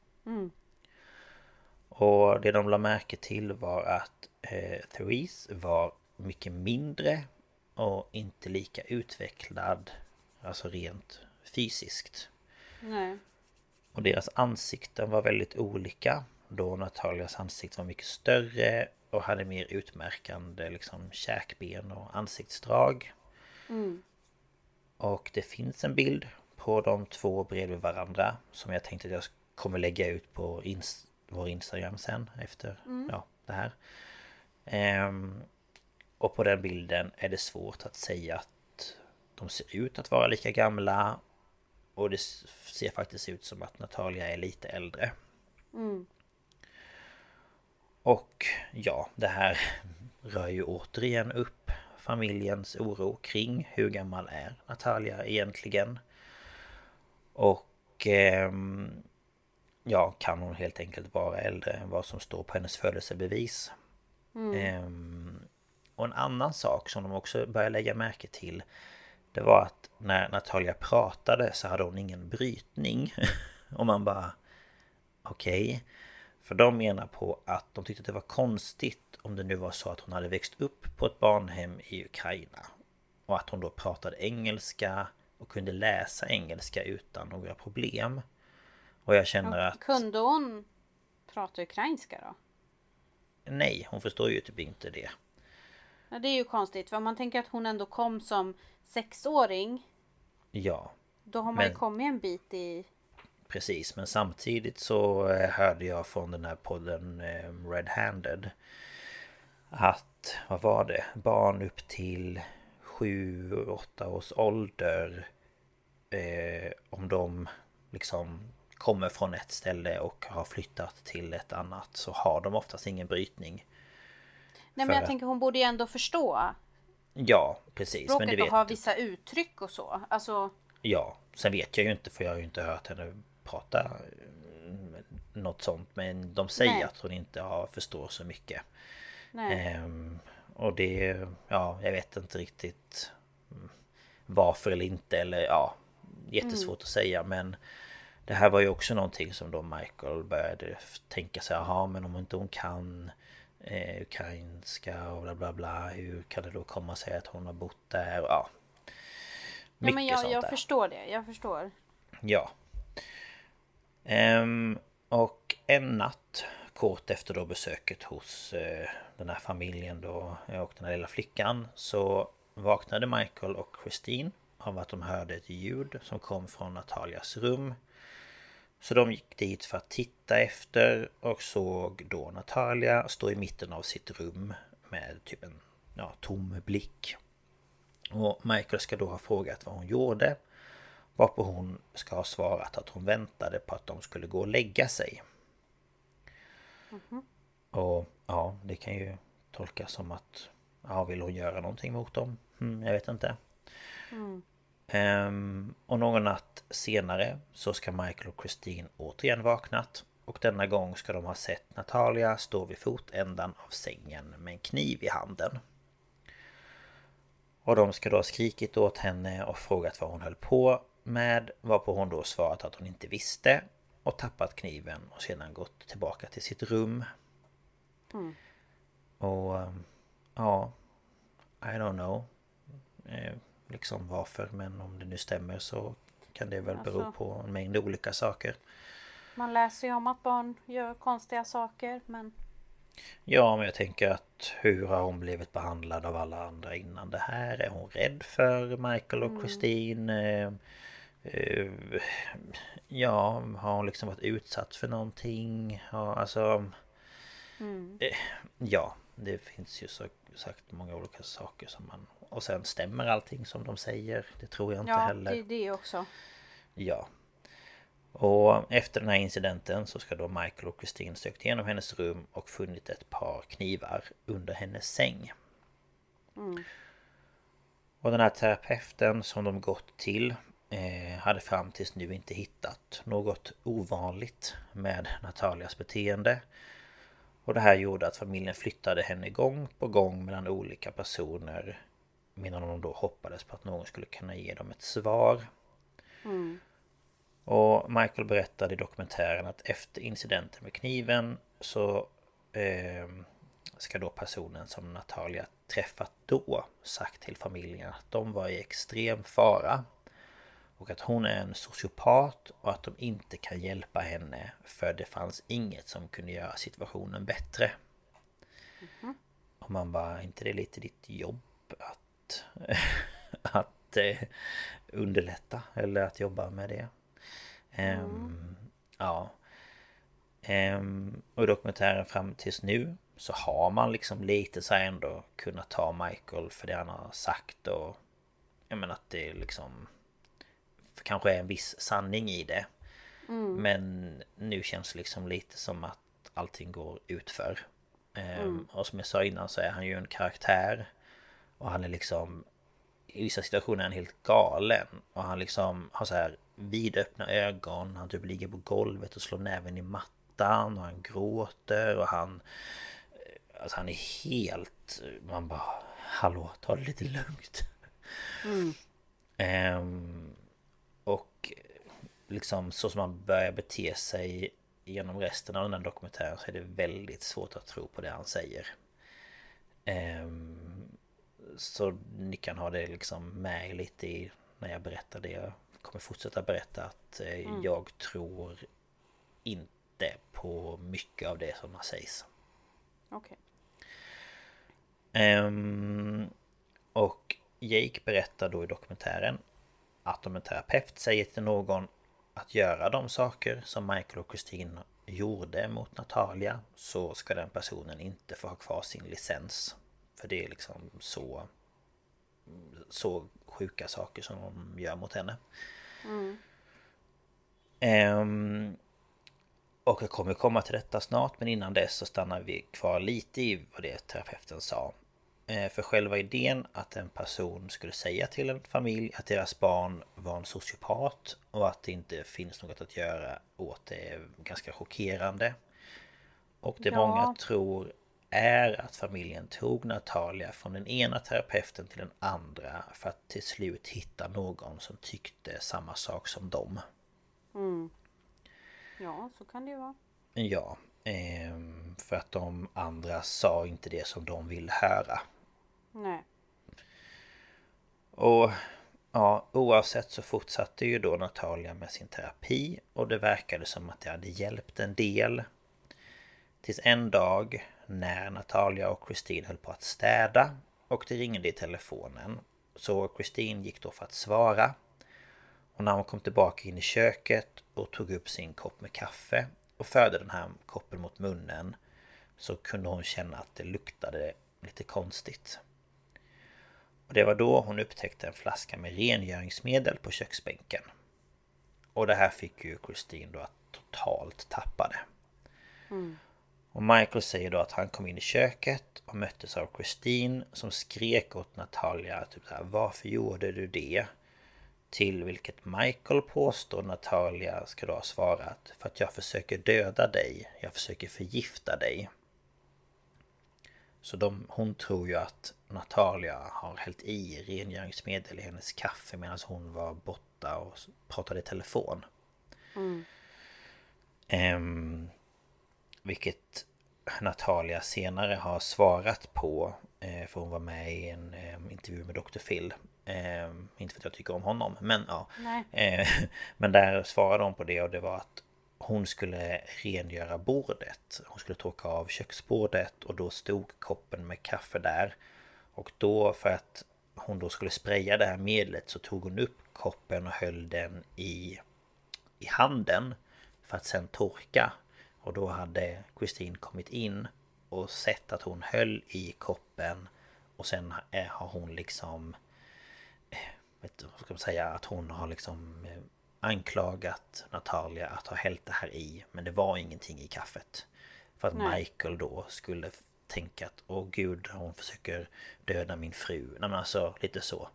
Och det de la märke till var att Therese var mycket mindre och inte lika utvecklad, alltså rent fysiskt. Nej. Och deras ansikten var väldigt olika, då Natalias ansikte var mycket större och hade mer utmärkande liksom käkben och ansiktsdrag. Och det finns en bild på de två bredvid varandra som jag tänkte att jag kommer lägga ut på vår Instagram sen efter det här. Och på den bilden är det svårt att säga att de ser ut att vara lika gamla. Och det ser faktiskt ut som att Natalia är lite äldre. Och ja, det här rör ju återigen upp familjens oro kring hur gammal är Natalia egentligen. Och ja, kan hon helt enkelt vara äldre än vad som står på hennes födelsebevis. Och en annan sak som de också började lägga märke till, det var att när Natalia pratade så hade hon ingen brytning. Och man bara okej. För de menar på att de tyckte att det var konstigt om det nu var så att hon hade växt upp på ett barnhem i Ukraina. Och att hon då pratade engelska och kunde läsa engelska utan några problem. Och jag känner att... Kunde hon prata ukrainska då? Nej, hon förstår ju typ inte det. Ja, det är ju konstigt. För man tänker att hon ändå kom som 6-åring. Ja. Då har man ju kommit en bit i... Precis, men samtidigt så hörde jag från den här podden Red-Handed att, vad var det? Barn upp till 7-8 års ålder, om de liksom kommer från ett ställe och har flyttat till ett annat, så har de oftast ingen brytning. Nej, men jag tänker hon borde ju ändå förstå. Ja, precis. Språket men det vet och ha vissa uttryck och så. Alltså... Ja, sen vet jag ju inte, för jag har ju inte hört henne prata något sånt. Men de säger att hon inte förstår så mycket. Och det, ja, jag vet inte riktigt varför eller inte. Eller ja, jättesvårt att säga. Men det här var ju också någonting som då Michael började tänka sig. Jaha, men om inte hon kan ukrainska och bla bla bla. Hur kan det då komma sig att hon har bott där? Ja. Ja, men jag förstår det. Jag förstår. Ja. Och en natt kort efter då besöket hos den här familjen då och den här lilla flickan, så vaknade Michael och Christine av att de hörde ett ljud som kom från Natalias rum. Så de gick dit för att titta efter och såg då Natalia stå i mitten av sitt rum med typ en tom blick. Och Michael ska då ha frågat vad hon gjorde, varpå hon ska ha svarat att hon väntade på att de skulle gå och lägga sig. Och ja, det kan ju tolkas som att vill hon göra någonting mot dem? Jag vet inte. Och någon natt senare så ska Michael och Christine återigen vaknat. Och denna gång ska de ha sett Natalia stå vid fotändan av sängen med en kniv i handen. Och de ska då ha skrikit åt henne och frågat vad hon höll på med, varpå hon då svarat att hon inte visste och tappat kniven och sedan gått tillbaka till sitt rum. Och ja, I don't know liksom varför, men om det nu stämmer så kan det väl bero på en mängd olika saker. Man läser ju om att barn gör konstiga saker, men... Ja, men jag tänker att hur har hon blivit behandlad av alla andra innan det här? Är hon rädd för Michael och Christine? Ja, har hon liksom varit utsatt för någonting? Ja, alltså... Ja, det finns ju så sagt många olika saker som man... Och sen stämmer allting som de säger. Det tror jag inte heller. Ja, det också. Ja. Och efter den här incidenten så ska då Michael och Christine sökt igenom hennes rum och funnit ett par knivar under hennes säng. Och den här terapeuten som de gått till hade fram tills nu inte hittat något ovanligt med Natalias beteende. Och det här gjorde att familjen flyttade henne gång på gång mellan olika personer, medan de då hoppades på att någon skulle kunna ge dem ett svar. Och Michael berättade i dokumentären att efter incidenten med kniven så ska då personen som Natalia träffat då sagt till familjen att de var i extrem fara. Och att hon är en sociopat och att de inte kan hjälpa henne för det fanns inget som kunde göra situationen bättre. Och man bara, inte det är lite ditt jobb att underlätta eller att jobba med det? Ja. Och i dokumentären fram tills nu så har man liksom lite så här ändå kunnat ta Michael för det han har sagt. Och jag menar att det liksom kanske är en viss sanning i det. Men nu känns det liksom lite som att allting går utför. Och som jag sa innan så är han ju en karaktär. Och han är liksom i vissa situationer är han helt galen. Och han liksom har så här vidöppna ögon. Han typ ligger på golvet och slår näven i mattan. Och han gråter. Och han är helt... Man bara, hallå, ta det lite lugnt. Och liksom så som han börjar bete sig genom resten av den här dokumentären så är det väldigt svårt att tro på det han säger. Så ni kan ha det liksom med lite i när jag berättar det. Jag kommer fortsätta berätta att jag tror inte på mycket av det som han sägs. Okej. Och Jake berättar då i dokumentären att om en terapeut säger till någon att göra de saker som Michael och Christine gjorde mot Natalia så ska den personen inte få ha kvar sin licens. För det är liksom så sjuka saker som de gör mot henne. Och jag kommer komma till detta snart, men innan dess så stannar vi kvar lite i vad det terapeuten sa. För själva idén att en person skulle säga till en familj att deras barn var en sociopat och att det inte finns något att göra åt det är ganska chockerande. Och det många tror är att familjen tog Natalia från den ena terapeuten till den andra för att till slut hitta någon som tyckte samma sak som dem. Ja, så kan det ju vara. Ja, för att de andra sa inte det som de ville höra. Nej. Och ja, oavsett så fortsatte ju då Natalia med sin terapi och det verkade som att det hade hjälpt en del. Tills en dag när Natalia och Christine höll på att städa och det ringde i telefonen. Så Christine gick då för att svara. Och när hon kom tillbaka in i köket och tog upp sin kopp med kaffe och förde den här koppen mot munnen så kunde hon känna att det luktade lite konstigt. Och det var då hon upptäckte en flaska med rengöringsmedel på köksbänken. Och det här fick ju Christine då att totalt tappa det. Och Michael säger då att han kom in i köket och möttes av Christine som skrek åt Natalia typ så här, varför gjorde du det? Till vilket Michael påstår Natalia ska då ha svarat, för att jag försöker döda dig, jag försöker förgifta dig. Så hon tror ju att Natalia har hällt i rengöringsmedel i hennes kaffe medan hon var borta och pratade i telefon. Vilket Natalia senare har svarat på, för hon var med i en intervju med Dr. Phil. Inte för att jag tycker om honom, men ja. Men där svarade hon på det och det var att hon skulle rengöra bordet. Hon skulle torka av köksbordet och då stod koppen med kaffe där. Och då för att hon då skulle spraya det här medlet så tog hon upp koppen och höll den i handen för att sen torka. Och då hade Christine kommit in och sett att hon höll i koppen och sen har hon liksom vad ska man säga, att hon har liksom anklagat Natalia att ha hällt det här i, men det var ingenting i kaffet. För att Michael då skulle tänka att åh gud, hon försöker döda min fru. Nej, men alltså lite så.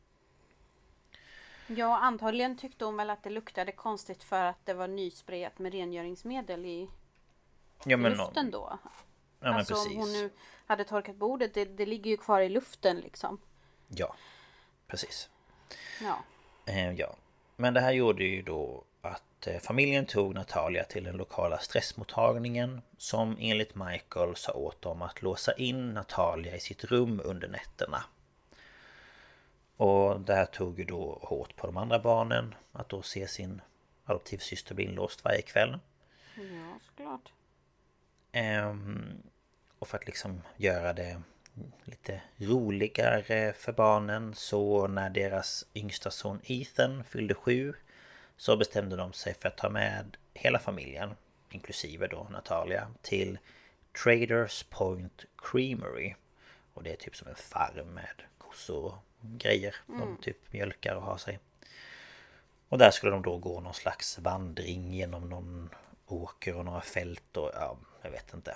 Ja, antagligen tyckte hon väl att det luktade konstigt för att det var nysprayat med rengöringsmedel i luften då. Ja, alltså men precis. Om hon nu hade torkat bordet, det ligger ju kvar i luften liksom. Ja, precis. Ja. Ja. Men det här gjorde ju då att familjen tog Natalia till den lokala stressmottagningen som enligt Michael sa åt dem att låsa in Natalia i sitt rum under nätterna. Och det här tog ju då hårt på de andra barnen att då se sin adoptivsyster bli inlåst varje kväll. Ja, såklart. Och för att liksom göra det lite roligare för barnen så när deras yngsta son Ethan fyllde 7 så bestämde de sig för att ta med hela familjen inklusive då Natalia, till Traders Point Creamery. Och det är typ som en farm med kossor och grejer. De typ mjölkar och har sig. Och där skulle de då gå någon slags vandring genom någon åker och några fält och ja, jag vet inte.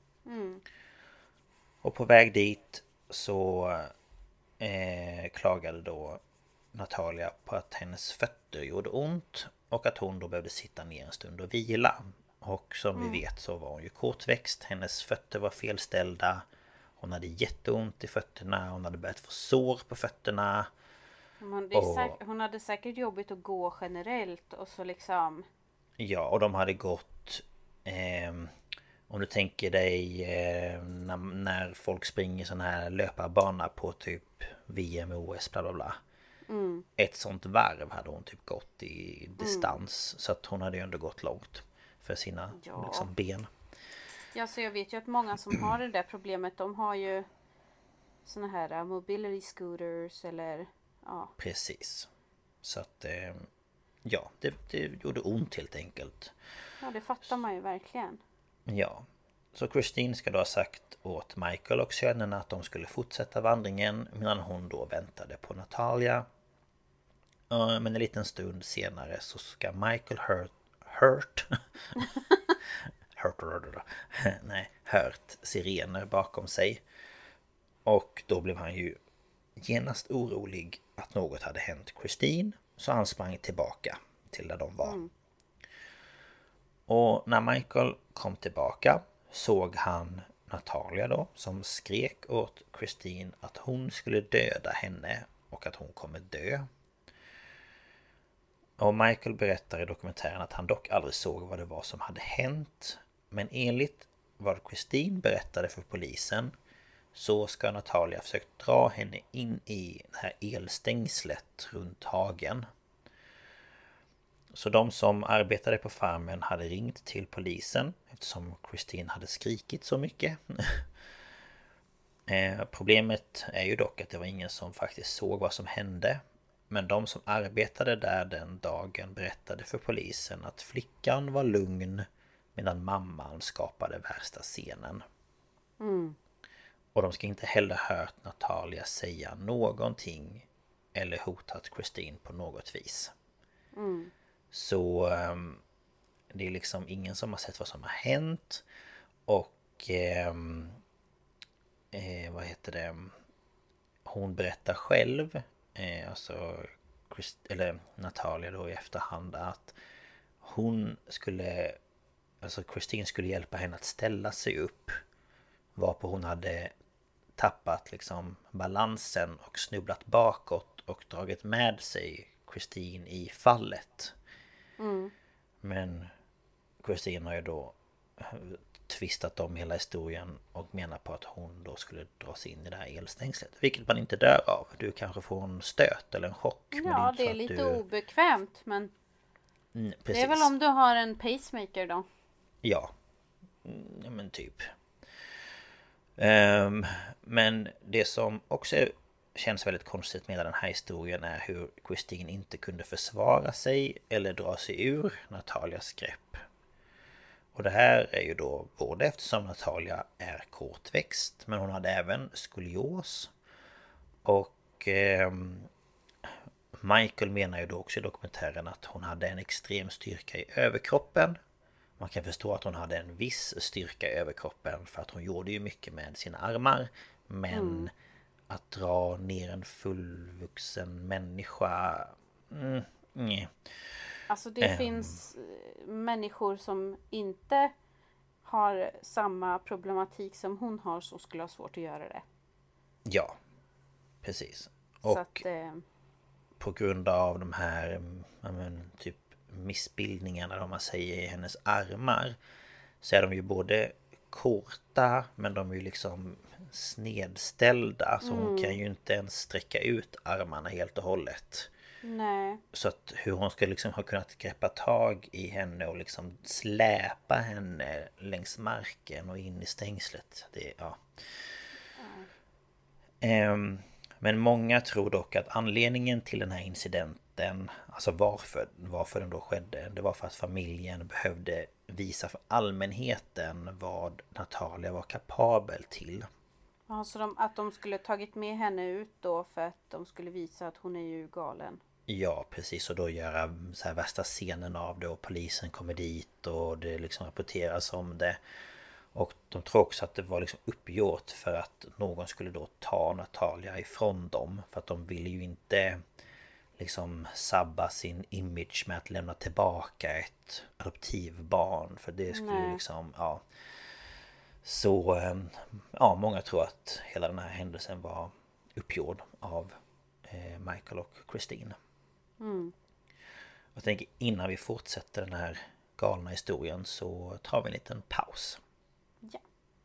Och på väg dit så klagade då Natalia på att hennes fötter gjorde ont och att hon då behövde sitta ner en stund och vila. Och som vi vet så var hon ju kortväxt, hennes fötter var felställda, hon hade jätteont i fötterna, hon hade börjat få sår på fötterna. Hon hade säkert jobbigt att gå generellt och så liksom... Ja, och de hade gått... om du tänker dig när folk springer sån här löparbana på typ VM och OS bla bla bla. Ett sånt varv hade hon typ gått i distans. Så att hon hade ju ändå gått långt för sina liksom, ben. Ja, så jag vet ju att många som har det där problemet, de har ju såna här mobility scooters eller... Ja. Precis. Så att ja, det gjorde ont helt enkelt. Ja, det fattar man ju verkligen. Ja. Så Christine ska då ha sagt åt Michael och sönerna att de skulle fortsätta vandringen medan hon då väntade på Natalia. Men en liten stund senare så ska Michael hört sirener bakom sig. Och då blev han ju genast orolig att något hade hänt Christine, så han sprang tillbaka till där de var. Och när Michael kom tillbaka såg han Natalia då, som skrek åt Christine att hon skulle döda henne och att hon kommer dö. Och Michael berättar i dokumentären att han dock aldrig såg vad det var som hade hänt. Men enligt vad Christine berättade för polisen så ska Natalia försökt dra henne in i det här elstängslet runt hagen. Så de som arbetade på farmen hade ringt till polisen eftersom Christine hade skrikit så mycket. Problemet är ju dock att det var ingen som faktiskt såg vad som hände. Men de som arbetade där den dagen berättade för polisen att flickan var lugn medan mamman skapade värsta scenen. Och de ska inte heller hört Natalia säga någonting eller hotat Christine på något vis. Så det är liksom ingen som har sett vad som har hänt. Och vad heter det? Hon berättar själv, alltså Natalia då i efterhand, att hon skulle, alltså Christine skulle hjälpa henne att ställa sig upp. Varpå hon hade tappat liksom balansen och snubblat bakåt och dragit med sig Christine i fallet. Men Christine har ju då tvistat om hela historien och menar på att hon då skulle dras in i det här elstängslet. Vilket man inte dör av. Du kanske får en stöt eller en chock. Ja, det är lite obekvämt, men det är väl om du har en pacemaker då? Ja, men typ. Men det som också känns väldigt konstigt med den här historien är hur Christine inte kunde försvara sig eller dra sig ur Natalias grepp. Och det här är ju då både eftersom Natalia är kortväxt, men hon hade även skolios. Och Michael menar ju då också i dokumentären att hon hade en extrem styrka i överkroppen. Man kan förstå att hon hade en viss styrka i överkroppen för att hon gjorde ju mycket med sina armar. Men att dra ner en fullvuxen människa... nej. Alltså det finns människor som inte har samma problematik som hon har som skulle ha svårt att göra det. Ja, precis. Så och att, på grund av de här typ missbildningarna, om man säger, i hennes armar, så är de ju både korta, men de är ju liksom snedställda. Så hon kan ju inte ens sträcka ut armarna helt och hållet. Nej. Så att hur hon ska liksom ha kunnat greppa tag i henne och liksom släpa henne längs marken och in i stängslet. Det, ja. Men många tror dock att anledningen till den här incidenten den, alltså varför den då skedde, det var för att familjen behövde visa för allmänheten vad Natalia var kapabel till. Ja, så att de skulle tagit med henne ut då för att de skulle visa att hon är ju galen. Ja, precis. Och då göra så här värsta scenen av det och polisen kommer dit och det liksom rapporteras om det. Och de tror också att det var liksom uppgjort för att någon skulle då ta Natalia ifrån dem. För att de ville ju inte liksom sabba sin image med att lämna tillbaka ett adoptivbarn. För det skulle liksom, ja. Så, ja, många tror att hela den här händelsen var uppgjord av Michael och Christine. Jag tänker innan vi fortsätter den här galna historien så tar vi en liten paus. Ja.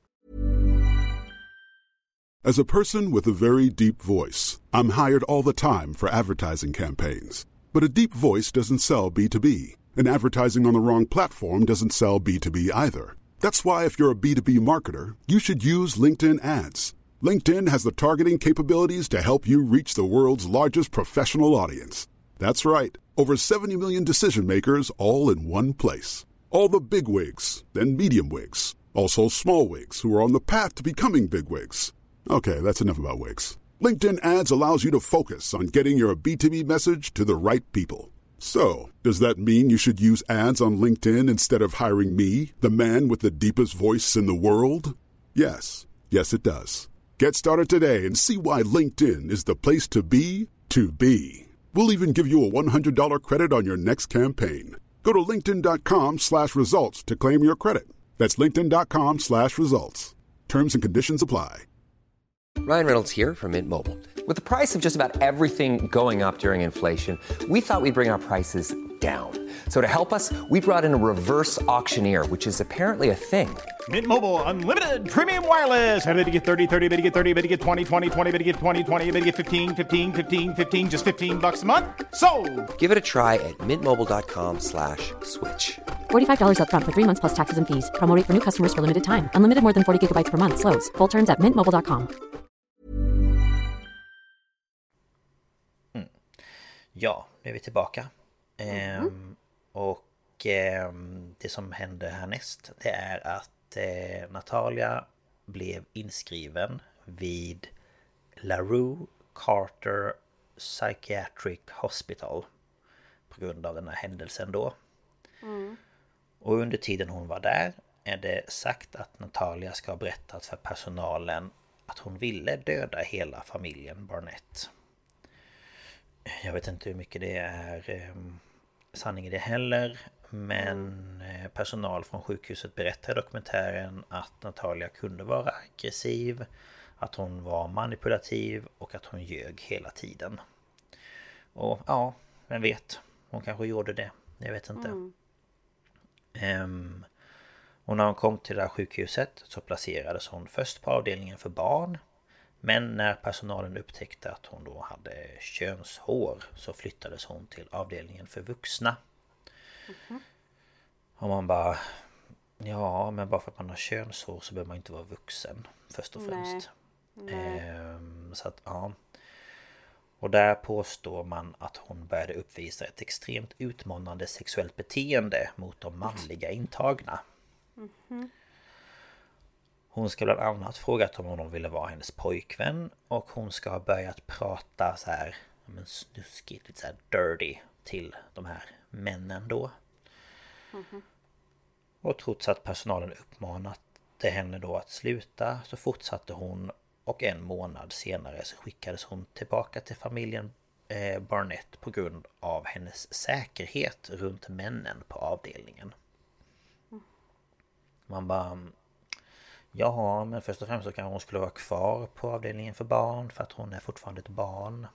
As a person with a very deep voice, I'm hired all the time for advertising campaigns. But a deep voice doesn't sell B2B, and advertising on the wrong platform doesn't sell B2B either. That's why if you're a B2B marketer, you should use LinkedIn ads. LinkedIn has the targeting capabilities to help you reach the world's largest professional audience. That's right, over 70 million decision makers all in one place. All the big wigs, then medium wigs, also small wigs who are on the path to becoming big wigs. Okay, that's enough about wigs. LinkedIn ads allows you to focus on getting your B2B message to the right people. So, does that mean you should use ads on LinkedIn instead of hiring me, the man with the deepest voice in the world? Yes. Yes, it does. Get started today and see why LinkedIn is the place to be to be. We'll even give you a $100 credit on your next campaign. Go to linkedin.com/results to claim your credit. That's linkedin.com/results. Terms and conditions apply. Ryan Reynolds here from Mint Mobile. With the price of just about everything going up during inflation, we thought we'd bring our prices down. So to help us, we brought in a reverse auctioneer, which is apparently a thing. Mint Mobile Unlimited Premium Wireless. How to get 30, 30, bit to get 30, bit to get 20, 20, 20, bit to get 20, 20, bit to get 15, 15, 15, 15, just $15 a month? Sold! Give it a try at mintmobile.com/switch. $45 up front for 3 months plus taxes and fees. Promo rate for new customers for limited time. Unlimited more than 40 gigabytes per month. Slows full terms at mintmobile.com. Ja, nu är vi tillbaka. Och det som hände härnäst, det är att Natalia blev inskriven vid LaRue Carter Psychiatric Hospital på grund av den här händelsen då. Och under tiden hon var där är det sagt att Natalia ska ha berättat för personalen att hon ville döda hela familjen Barnett. Jag vet inte hur mycket det är sanning i det heller. Men personal från sjukhuset berättar i dokumentären att Natalia kunde vara aggressiv, att hon var manipulativ och att hon ljög hela tiden. Och ja, vem vet, hon kanske gjorde det. Jag vet inte. Och när hon kom till det här sjukhuset så placerades hon först på avdelningen för barn. Men när personalen upptäckte att hon då hade könshår så flyttades hon till avdelningen för vuxna. Och man bara... Ja, men bara för att man har könshår så behöver man inte vara vuxen först och främst. Så att, ja. Och där påstår man att hon började uppvisa ett extremt utmanande sexuellt beteende mot de manliga intagna. Hon ska bland annat frågat om hon ville vara hennes pojkvän. Och hon ska ha börjat prata så här, men snuskigt, lite så här dirty till de här männen då. Och trots att personalen uppmanat henne då att sluta så fortsatte hon. Och en månad senare så skickades hon tillbaka till familjen Barnett på grund av hennes säkerhet runt männen på avdelningen. Man bara... Ja, men först och främst så kanske hon skulle vara kvar på avdelningen för barn för att hon är fortfarande ett barn.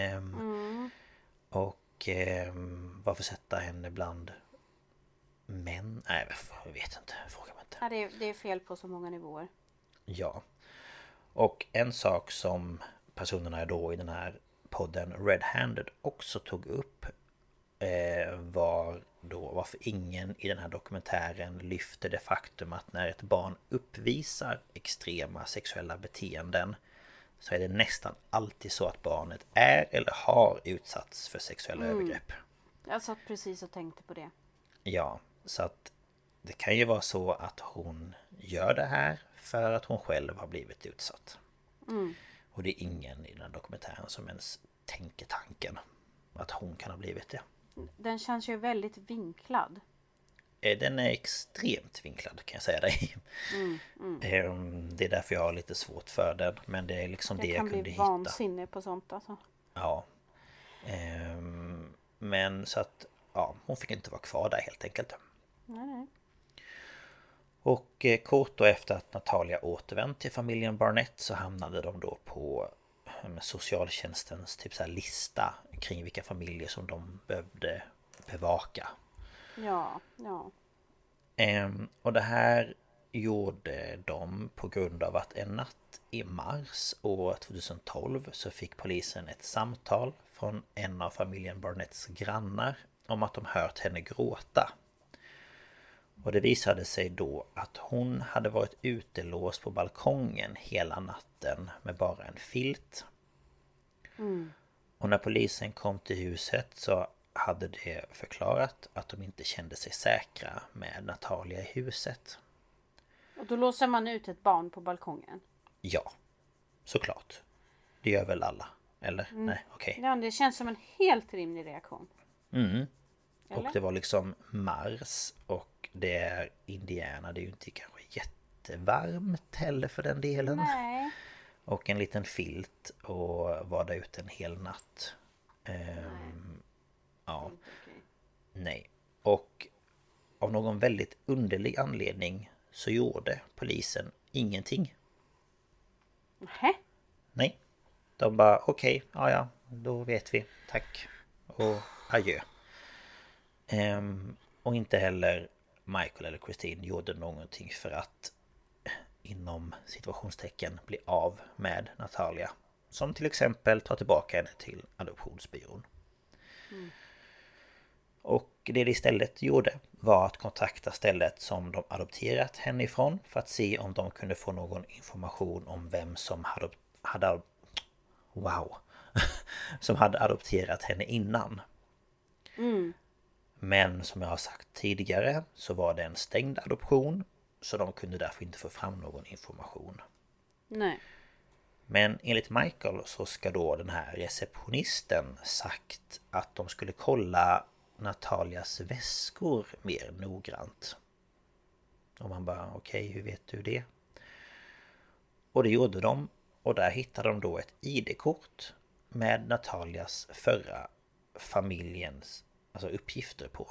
Och varför sätta henne bland män? Nej, jag vet inte. Fråga mig inte. Ja, det är fel på så många nivåer. Ja. Och en sak som personerna då i den här podden Red Handed också tog upp var då varför ingen i den här dokumentären lyfter det faktum att när ett barn uppvisar extrema sexuella beteenden så är det nästan alltid så att barnet är eller har utsatts för sexuella övergrepp. Jag satt precis och tänkte på det. Ja, så att det kan ju vara så att hon gör det här för att hon själv har blivit utsatt. Och det är ingen i den här dokumentären som ens tänker tanken att hon kan ha blivit det. Den känns ju väldigt vinklad. Den är extremt vinklad kan jag säga dig. Det är därför jag har lite svårt för den. Men det är liksom det jag kunde hitta. Jag kan bli vansinnig på sånt alltså. Ja. Men så att hon fick inte vara kvar där helt enkelt. Nej. Och kort då efter att Natalia återvänt till familjen Barnett så hamnade de då på socialtjänstens typ så här lista kring vilka familjer som de behövde bevaka. Ja. Och det här gjorde de på grund av att en natt i mars år 2012 så fick polisen ett samtal från en av familjen Barnetts grannar om att de hört henne gråta. Och det visade sig då att hon hade varit utelåst på balkongen hela natten med bara en filt. Och när polisen kom till huset så hade det förklarat att de inte kände sig säkra med Natalia i huset. Och då låser man ut ett barn på balkongen? Ja, såklart. Det gör väl alla? Eller? Nej, okej. Ja, det känns som en helt rimlig reaktion. Och det var liksom mars och det är Indiana. Det är ju inte kanske jättevarmt heller för den delen. Nej. Och en liten filt och var där ute en hel natt. Ja. Nej. Och av någon väldigt underlig anledning så gjorde polisen ingenting. Nej. De bara okej, ja, då vet vi. Tack. Och adjö. Och inte heller Michael eller Christine gjorde någonting för att inom situationstecken bli av med Natalia. Som till exempel ta tillbaka henne till adoptionsbyrån. Och det de istället gjorde var att kontakta stället som de adopterat henne ifrån för att se om de kunde få någon information om vem som som hade adopterat henne innan. Men som jag har sagt tidigare så var det en stängd adoption så de kunde därför inte få fram någon information. Nej. Men enligt Michael så ska då den här receptionisten sagt att de skulle kolla Natalias väskor mer noggrant. Och man bara okej, hur vet du det? Och det gjorde de. Och där hittade de då ett ID-kort med Natalias förra familjens uppgifter på.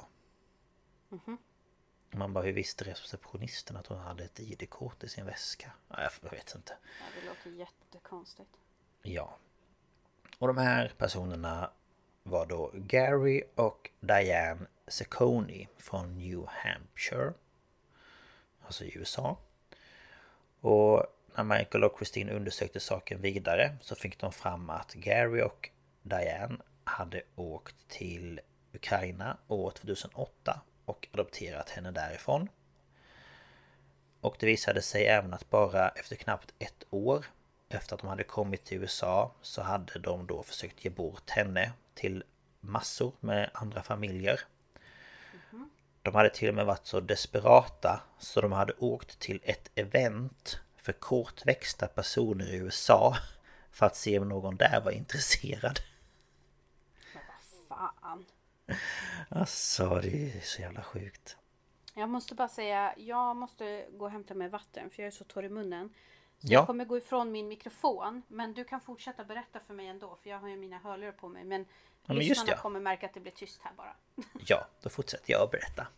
Man bara, hur visste receptionisten att hon hade ett ID-kort i sin väska? Ja, jag vet inte. Ja, det låter jättekonstigt. Ja. Och de här personerna var då Gary och Diane Cecconi från New Hampshire. Alltså i USA. Och när Michael och Christine undersökte saken vidare så fick de fram att Gary och Diane hade åkt till Ukraina år 2008 och adopterat henne därifrån. Och det visade sig även att bara efter knappt ett år efter att de hade kommit till USA så hade de då försökt ge bort henne till massor med andra familjer. De hade till och med varit så desperata så de hade åkt till ett event för kortväxta personer i USA för att se om någon där var intresserad. Men vad fan? Alltså det är så jävla sjukt. Jag måste bara säga, jag måste gå och hämta mig vatten för jag är så torr i munnen. Så Ja. jag kommer gå ifrån min mikrofon. Men du kan fortsätta berätta för mig ändå. För jag har ju mina hörlurar på mig. Men men just lyssnarna ja. kommer märka att det blir tyst här bara. Ja, då fortsätter jag att berätta.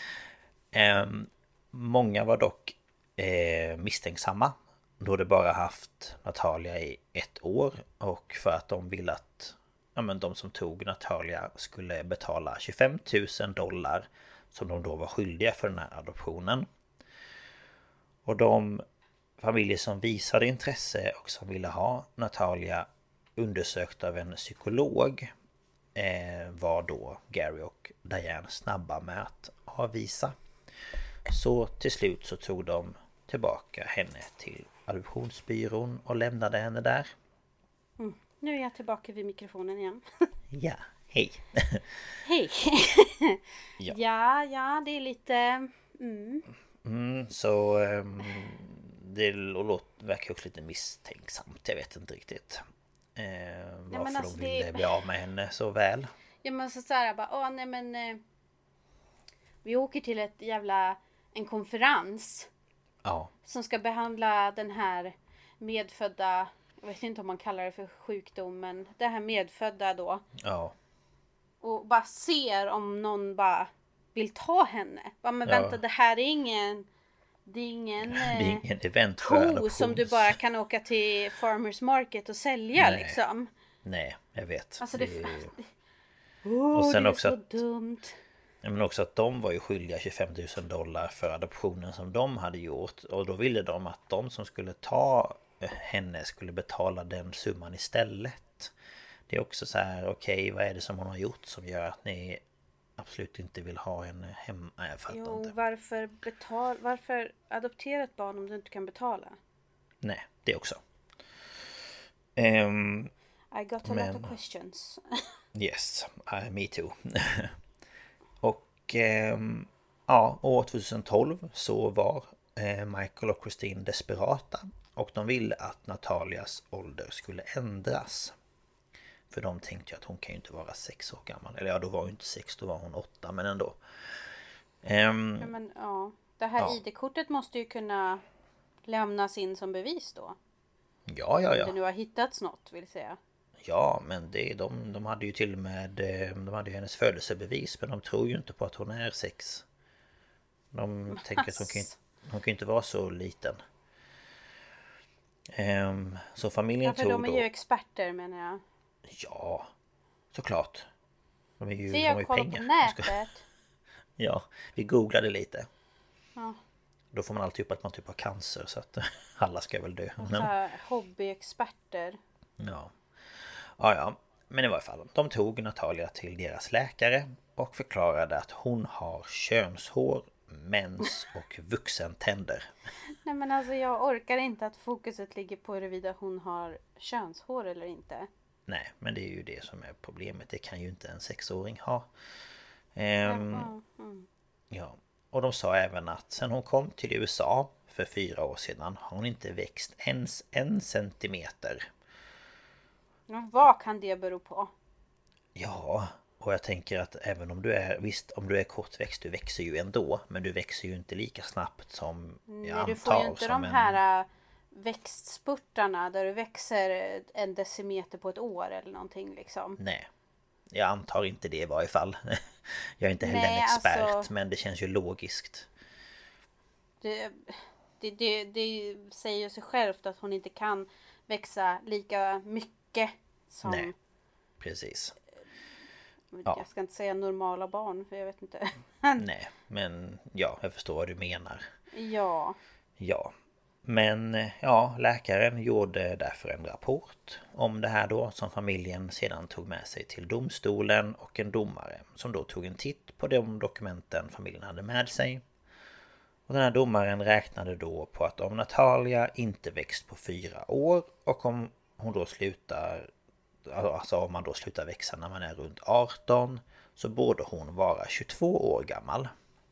Många var dock misstänksamma då de bara haft Natalia i ett år och för att de ville att de som tog Natalia skulle betala $25,000 som de då var skyldiga för den här adoptionen. Och de familjer som visade intresse och som ville ha Natalia undersökt av en psykolog var då Gary och Diane snabba med att avvisa. Så till slut så tog de tillbaka henne till adoptionsbyrån och lämnade henne där. Nu är jag tillbaka vid mikrofonen igen. Ja, hej. Hej. Ja. Ja, det är lite... Så det verkar också lite misstänksamt. Jag vet inte riktigt varför alltså de ville bli av med henne så väl. Ja, men så här bara, vi åker till en konferens. Ja. Som ska behandla den här medfödda, jag vet inte om man kallar det för sjukdomen, det här medfödda då. Ja. Och bara ser om någon bara vill ta henne. Bara, men vänta, det här är ingen... Det är ingen event ko som du bara kan åka till Farmers Market och sälja. Nej. Liksom. Nej, jag vet. Alltså och sen det är också så att, dumt. Men också att de var ju skyldiga $25,000 för adoptionen som de hade gjort. Och då ville de att de som skulle ta henne skulle betala den summan istället. Det är också så här, okej, vad är det som hon har gjort som gör att ni absolut inte vill ha henne hemma? Jag fattar inte. Varför adoptera ett barn om du inte kan betala? Nej, det också. I got a lot of questions. Yes, me too. Och ja, år 2012 så var Michael och Christine desperata. Och de ville att Natalias ålder skulle ändras. För de tänkte ju att hon kan ju inte vara 6 år gammal. Eller ja, då var hon inte 6, då var hon 8, men ändå. Det här ID-kortet måste ju kunna lämnas in som bevis då. Ja. Om det nu har hittats något, vill säga. Ja, men de hade ju till och med de hade ju hennes födelsebevis, men de tror ju inte på att hon är 6. De tänker att hon kan inte vara så liten. Så familjen tog då... de är ju experter, menar jag. Ja, såklart. De är ju, så jag kollar på nätet. Ja, vi googlade lite. Ja. Då får man alltid upp att man typ har cancer, så att alla ska väl dö. Hobbyexperter. Ja. Men i varje fall, de tog Natalia till deras läkare och förklarade att hon har könshår, mens och vuxentänder. Nej, men alltså jag orkar inte att fokuset ligger på huruvida hon har könshår eller inte. Nej, men det är ju det som är problemet. Det kan ju inte en 6-åring ha. Ja. Och de sa även att sen hon kom till USA för 4 år sedan har hon inte växt ens 1 centimeter. Men vad kan det bero på? Ja, och jag tänker att även om du är kortväxt, du växer ju ändå. Men du växer ju inte lika snabbt som jag antar. Du får ju inte de här växtspurtarna där du växer 1 decimeter på ett år eller någonting liksom. Nej, jag antar inte det i varje fall. Jag är inte heller en expert, men det känns ju logiskt. Det säger ju sig självt att hon inte kan växa lika mycket som... Nej, precis. Jag ska inte säga normala barn, för jag vet inte. Nej, men ja, jag förstår vad du menar. Ja. Men ja, läkaren gjorde därför en rapport om det här då, som familjen sedan tog med sig till domstolen och en domare som då tog en titt på de dokumenten familjen hade med sig. Och den här domaren räknade då på att om Natalia inte växt på 4 år och om hon då slutar, alltså om man då slutar växa när man är runt 18, så borde hon vara 22 år gammal.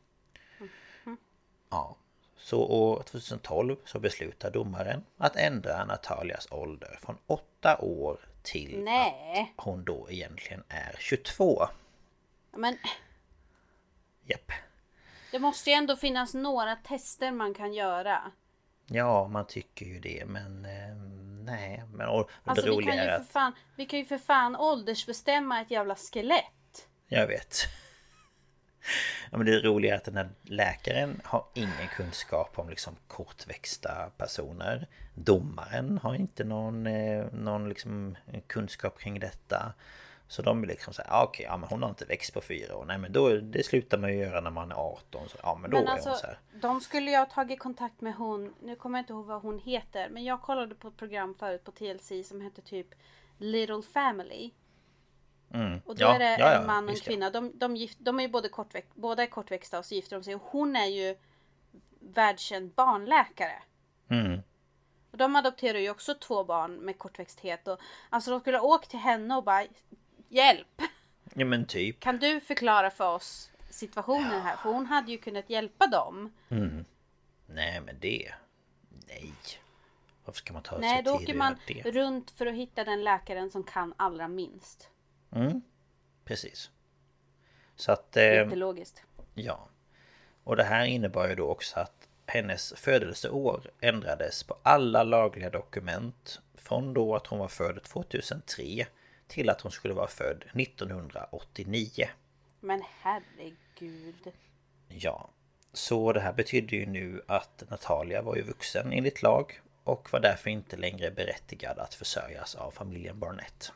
Ja. Så år 2012 så beslutar domaren att ändra Natalias ålder från 8 år till att hon då egentligen är 22. Men... Japp. Det måste ju ändå finnas några tester man kan göra. Ja, man tycker ju det, men nej. Men alltså vi kan ju för fan åldersbestämma ett jävla skelett. Jag vet. Ja, men det roliga är att den här läkaren har ingen kunskap om liksom kortväxta personer. Domaren har inte någon liksom kunskap kring detta. Så de blir liksom såhär, okej, men hon har inte växt på 4 år. Nej, men då, det slutar man ju göra när man är 18. Så, men då är alltså, hon så här. De skulle ju ha tagit kontakt med hon, nu kommer jag inte ihåg vad hon heter. Men jag kollade på ett program förut på TLC som hette typ Little Family. Och då är det en man och en kvinna. De är ju båda är kortväxta och så gifter de sig. Och hon är ju världskänd barnläkare. Och de adopterar ju också 2 barn med kortväxthet. Och, alltså de skulle ha åkt till henne och bara, hjälp! Ja men typ. Kan du förklara för oss situationen här? För hon hade ju kunnat hjälpa dem. Nej men det... Nej. Varför ska man ta sig Nej, tid då att åker göra man det? runt för att hitta den läkaren som kan allra minst. Precis. Så att... Jättelogiskt. Ja. Och det här innebar ju då också att hennes födelseår ändrades på alla lagliga dokument. Från då att hon var född 2003 till att hon skulle vara född 1989. Men herregud. Ja. Så det här betyder ju nu att Natalia var ju vuxen enligt lag och var därför inte längre berättigad att försörjas av familjen Barnett.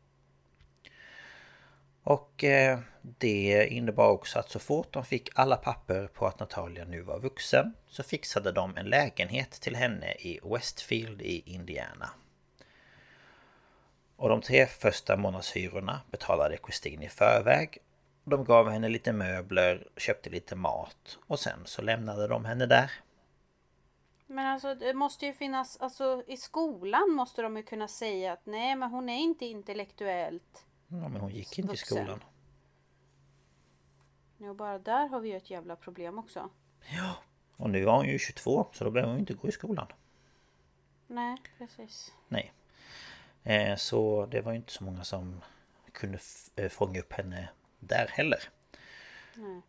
Och det innebar också att så fort de fick alla papper på att Natalia nu var vuxen så fixade de en lägenhet till henne i Westfield i Indiana. Och de 3 första månadshyrorna betalade Christine i förväg. De gav henne lite möbler, köpte lite mat och sen så lämnade de henne där. Men alltså det måste ju finnas, alltså i skolan måste de ju kunna säga att nej men hon är inte intellektuellt. Ja men hon gick inte i vuxen. skolan. Jo bara där har vi ju ett jävla problem också. Ja, och nu var hon ju 22 så då behöver hon inte gå i skolan. Nej, precis. Nej. Så det var ju inte så många som kunde fånga upp henne där heller. Nej.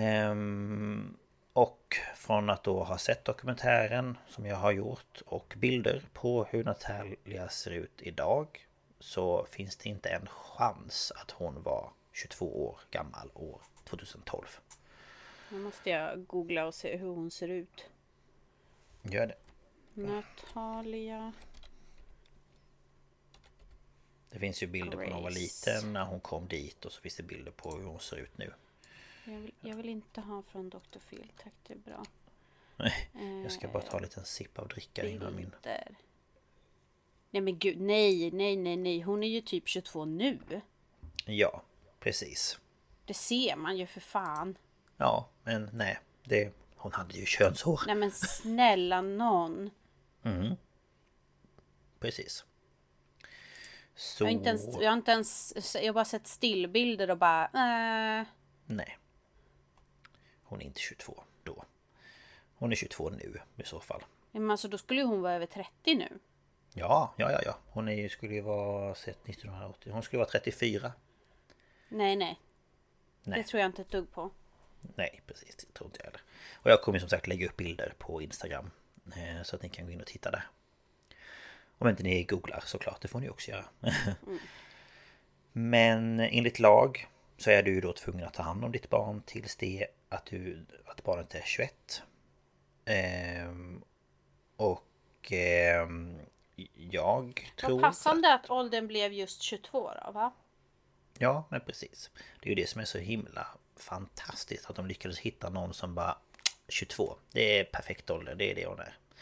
Och från att då ha sett dokumentären som jag har gjort och bilder på hur Natalia ser ut idag så finns det inte en chans att hon var 22 år gammal år 2012. Nu måste jag googla och se hur hon ser ut. Gör det. Natalia. Det finns ju bilder på när hon var liten när hon kom dit och så finns det bilder på hur hon ser ut nu. Jag vill inte ha från Dr. Phil, tack det är bra. Nej, jag ska bara ta en liten sipp av dricka innan min... Nej men gud, nej. Hon är ju typ 22 nu. Ja, precis. Det ser man ju för fan. Ja, men nej. Hon hade ju könshår. Nej men snälla någon. Precis. Så... Jag har inte ens... Jag har bara sett stillbilder och bara... Nej. Hon är inte 22 då. Hon är 22 nu i så fall. Men alltså då skulle hon vara över 30 nu. Ja. Hon skulle ju vara sett 1980. Hon skulle vara 34. Nej. Det tror jag inte ett dugg på. Nej, precis. Det tror inte jag heller. Och jag kommer som sagt lägga upp bilder på Instagram. Så att ni kan gå in och titta där. Om inte ni googlar såklart, det får ni också göra. Men enligt lag så är du då tvungen att ta hand om ditt barn tills det att barnet är 21. Jag tror... Vad passande att åldern blev just 22 då, va? Ja, men precis. Det är ju det som är så himla fantastiskt att de lyckades hitta någon som bara 22. Det är perfekt ålder, det är det hon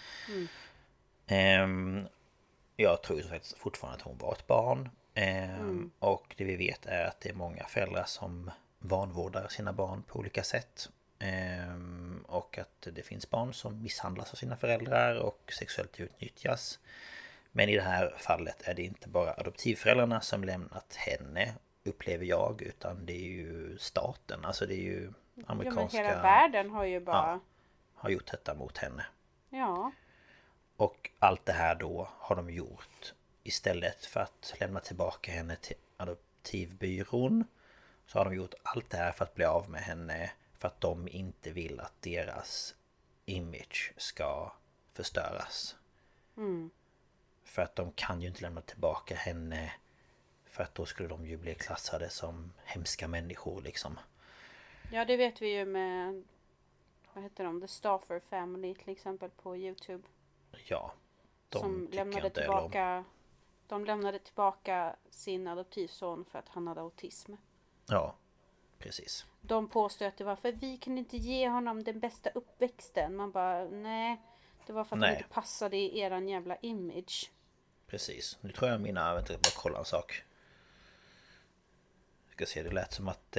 är. Jag tror faktiskt fortfarande att hon var ett barn. Och det vi vet är att det är många föräldrar som vanvårdar sina barn på olika sätt. Och att det finns barn som misshandlas av sina föräldrar och sexuellt utnyttjas. Men i det här fallet är det inte bara adoptivföräldrarna som lämnat henne, upplever jag, utan det är ju staten. Alltså det är ju amerikanska... Ja, men hela världen har ju bara... Ja, har gjort detta mot henne. Ja. Och allt det här då har de gjort istället för att lämna tillbaka henne till adoptivbyrån. Så har de gjort allt det här för att bli av med henne. För att de inte vill att deras image ska förstöras. För att de kan ju inte lämna tillbaka henne. För att då skulle de ju bli klassade som hemska människor liksom. Ja, det vet vi ju med... Vad heter de? The Staffer Family till exempel på YouTube. Ja. Som lämnade tillbaka... De lämnade tillbaka sin adoptivson för att han hade autism. Ja, precis. De påstår att det var för vi kunde inte ge honom den bästa uppväxten. Man bara, nej. Det var för att han inte passade i eran jävla image. Precis. Nu tror jag vänta, bara kolla en sak. Jag ska se, det lät som att...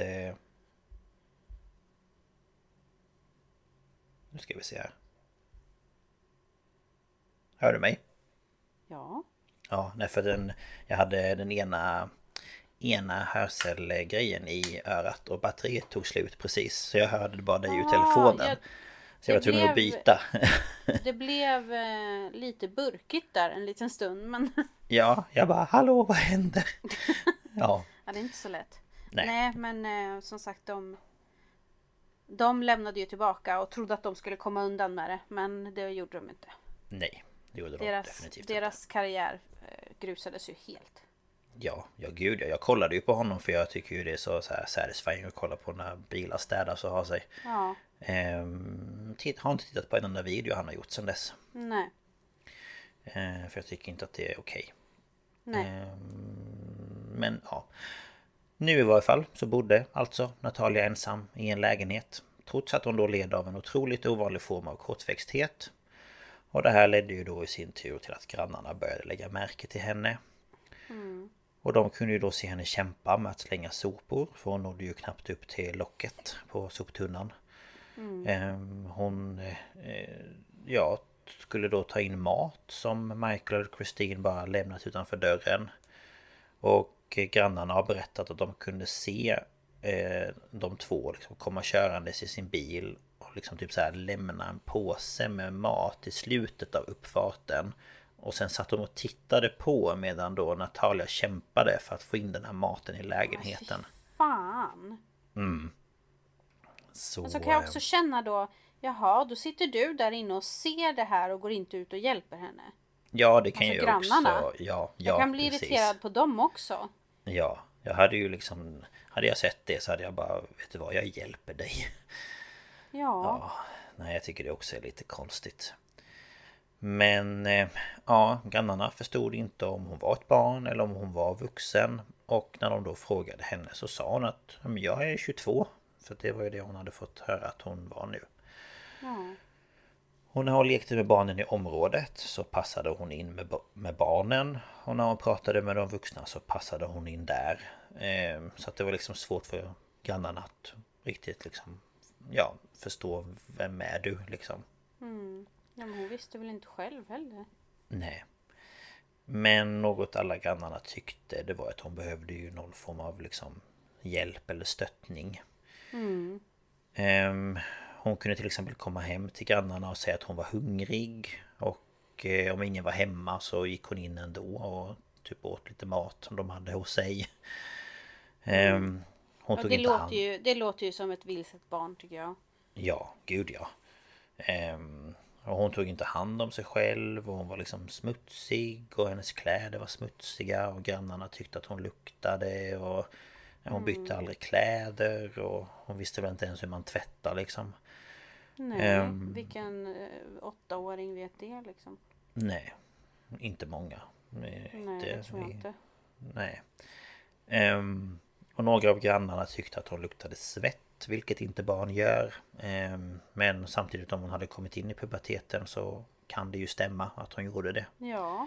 Nu ska vi se här. Hör du mig? Ja. Ja, nej, för jag hade den ena hörselgrejen i örat och batteriet tog slut precis. Så jag hörde bara dig ur telefonen. Så jag var tvungen att byta. Det blev lite burkigt där en liten stund, men... Ja, jag bara, hallå, vad händer? Ja. Ja, det är inte så lätt. Nej. Nej, men som sagt, de lämnade ju tillbaka och trodde att de skulle komma undan med det. Men det gjorde de inte. Nej, det gjorde de definitivt deras karriär grusades ju helt. Ja, gud. Jag kollade ju på honom för jag tycker ju det är så här satisfying att kolla på när bilar städas och har sig. Ja. Har inte tittat på en enda video han har gjort sedan dess. Nej. För jag tycker inte att det är okej. Nej. Men ja. Nu i varje fall så bodde alltså Natalia ensam i en lägenhet. Trots att hon då led av en otroligt ovanlig form av kortväxthet. Och det här ledde ju då i sin tur till att grannarna började lägga märke till henne. Och de kunde ju då se henne kämpa med att slänga sopor. För hon nådde ju knappt upp till locket på soptunnan. Hon skulle då ta in mat som Michael och Christine bara lämnat utanför dörren. Och grannarna har berättat att de kunde se de två liksom komma körandes i sin bil och liksom typ så här lämna en påse med mat i slutet av uppfarten. Och sen satt de och tittade på medan då Natalia kämpade för att få in den här maten i lägenheten. Fan! Så kan jag också känna då, jaha, då sitter du där inne och ser det här och går inte ut och hjälper henne. Ja, det kan alltså, jag grannarna. Också. Ja, jag kan bli precis. irriterad på dem också. Ja, jag hade ju liksom... Hade jag sett det så hade jag bara... Vet du vad, jag hjälper dig. Ja. Nej, jag tycker det också är lite konstigt. Men grannarna förstod inte om hon var ett barn eller om hon var vuxen. Och när de då frågade henne så sa hon att jag är 22. För det var ju det hon hade fått höra att hon var nu. Ja. Och när hon lekte med barnen i området så passade hon in med barnen. Och när hon pratade med de vuxna så passade hon in där. Så att det var liksom svårt för grannarna att riktigt liksom, förstå vem är du liksom. Ja, men hon visste väl inte själv heller. Nej. Men något alla grannarna tyckte det var att hon behövde ju någon form av liksom hjälp eller stöttning. Hon kunde till exempel komma hem till grannarna och säga att hon var hungrig. Och om ingen var hemma så gick hon in ändå och typ åt lite mat som de hade hos sig. Hon tog det låter ju som ett vilset barn tycker jag. Ja, gud ja. Och hon tog inte hand om sig själv och hon var liksom smutsig och hennes kläder var smutsiga och grannarna tyckte att hon luktade och hon bytte aldrig kläder och hon visste väl inte ens hur man tvättar liksom. Nej, vilken 8-åring vet det liksom? Nej, inte många. Nej, det tror jag inte. Nej. Och några av grannarna tyckte att hon luktade svett, vilket inte barn gör. Men samtidigt om hon hade kommit in i puberteten så kan det ju stämma att hon gjorde det. Ja.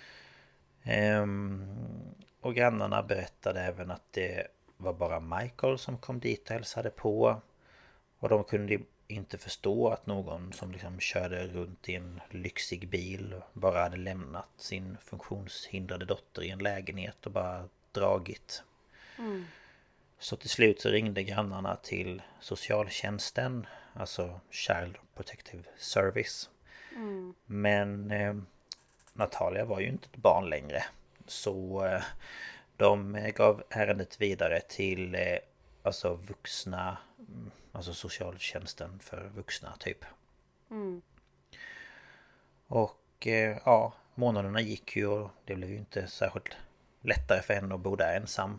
Och grannarna berättade även att det var bara Michael som kom dit och hälsade på. Och de kunde inte förstå att någon som liksom körde runt i en lyxig bil bara hade lämnat sin funktionshindrade dotter i en lägenhet och bara dragit. Så till slut så ringde grannarna till socialtjänsten, alltså Child Protective Service. Men Natalia var ju inte ett barn längre. Så de gav ärendet vidare till alltså vuxna, alltså socialtjänsten för vuxna typ. Och månaderna gick ju och det blev ju inte särskilt lättare för henne att bo där ensam.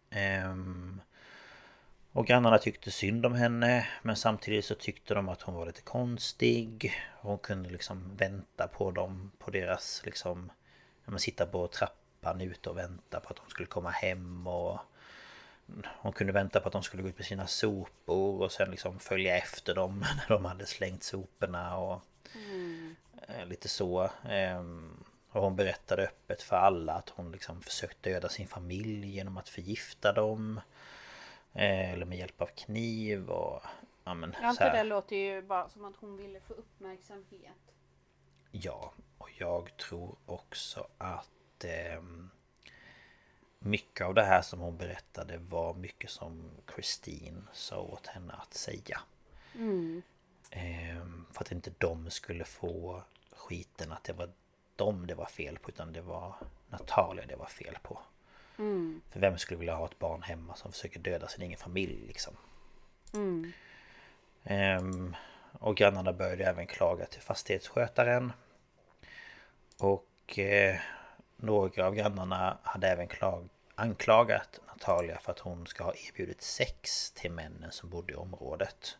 Och grannarna tyckte synd om henne, men samtidigt så tyckte de att hon var lite konstig. Hon kunde liksom vänta på dem, på deras liksom, sitta på trappan ute och vänta på att de skulle komma hem, och hon kunde vänta på att de skulle gå ut med sina sopor och sen liksom följa efter dem när de hade slängt soporna och lite så. Och hon berättade öppet för alla att hon liksom försökt döda sin familj genom att förgifta dem. Eller med hjälp av kniv och... Allt det där låter ju bara som att hon ville få uppmärksamhet. Ja, och jag tror också att mycket av det här som hon berättade var mycket som Christine sa åt henne att säga. För att inte de skulle få skiten att det var dem det var fel på, utan det var Natalia det var fel på. För vem skulle vilja ha ett barn hemma som försöker döda sin egen familj liksom. Och grannarna började även klaga till fastighetsskötaren. Och några av grannarna hade även anklagat Natalia för att hon ska ha erbjudit sex till männen som bodde i området.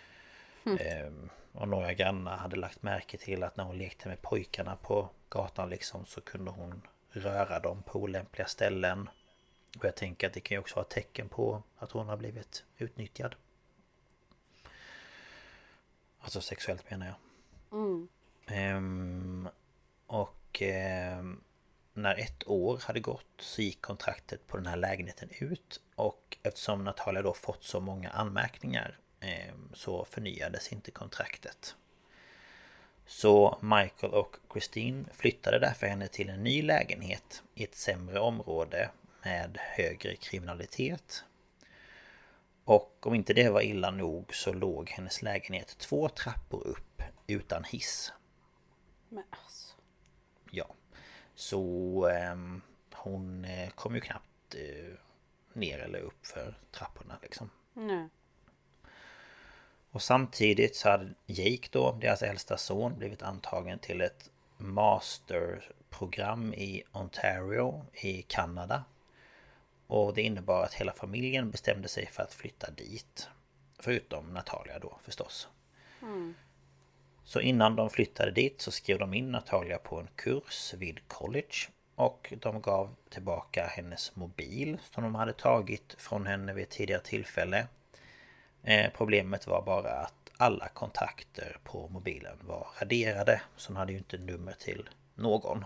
Och några grannar hade lagt märke till att när hon lekte med pojkarna på gatan liksom, så kunde hon röra dem på olämpliga ställen. Och jag tänker att det kan ju också vara ett tecken på att hon har blivit utnyttjad. Alltså sexuellt menar jag. När 1 år hade gått så gick kontraktet på den här lägenheten ut. Och eftersom Natalia då fått så många anmärkningar så förnyades inte kontraktet. Så Michael och Christine flyttade därför henne till en ny lägenhet i ett sämre område med högre kriminalitet. Och om inte det var illa nog så låg hennes lägenhet 2 trappor upp utan hiss. Men alltså. Ja. Så hon kom ju knappt ner eller upp för trapporna liksom. Nej. Och samtidigt så hade Jake då, deras äldsta son, blivit antagen till ett masterprogram i Ontario i Kanada. Och det innebar att hela familjen bestämde sig för att flytta dit. Förutom Natalia då förstås. Så innan de flyttade dit så skrev de in Natalia på en kurs vid college. Och de gav tillbaka hennes mobil som de hade tagit från henne vid ett tidigare tillfälle. Problemet var bara att alla kontakter på mobilen var raderade. Så hon hade ju inte nummer till någon.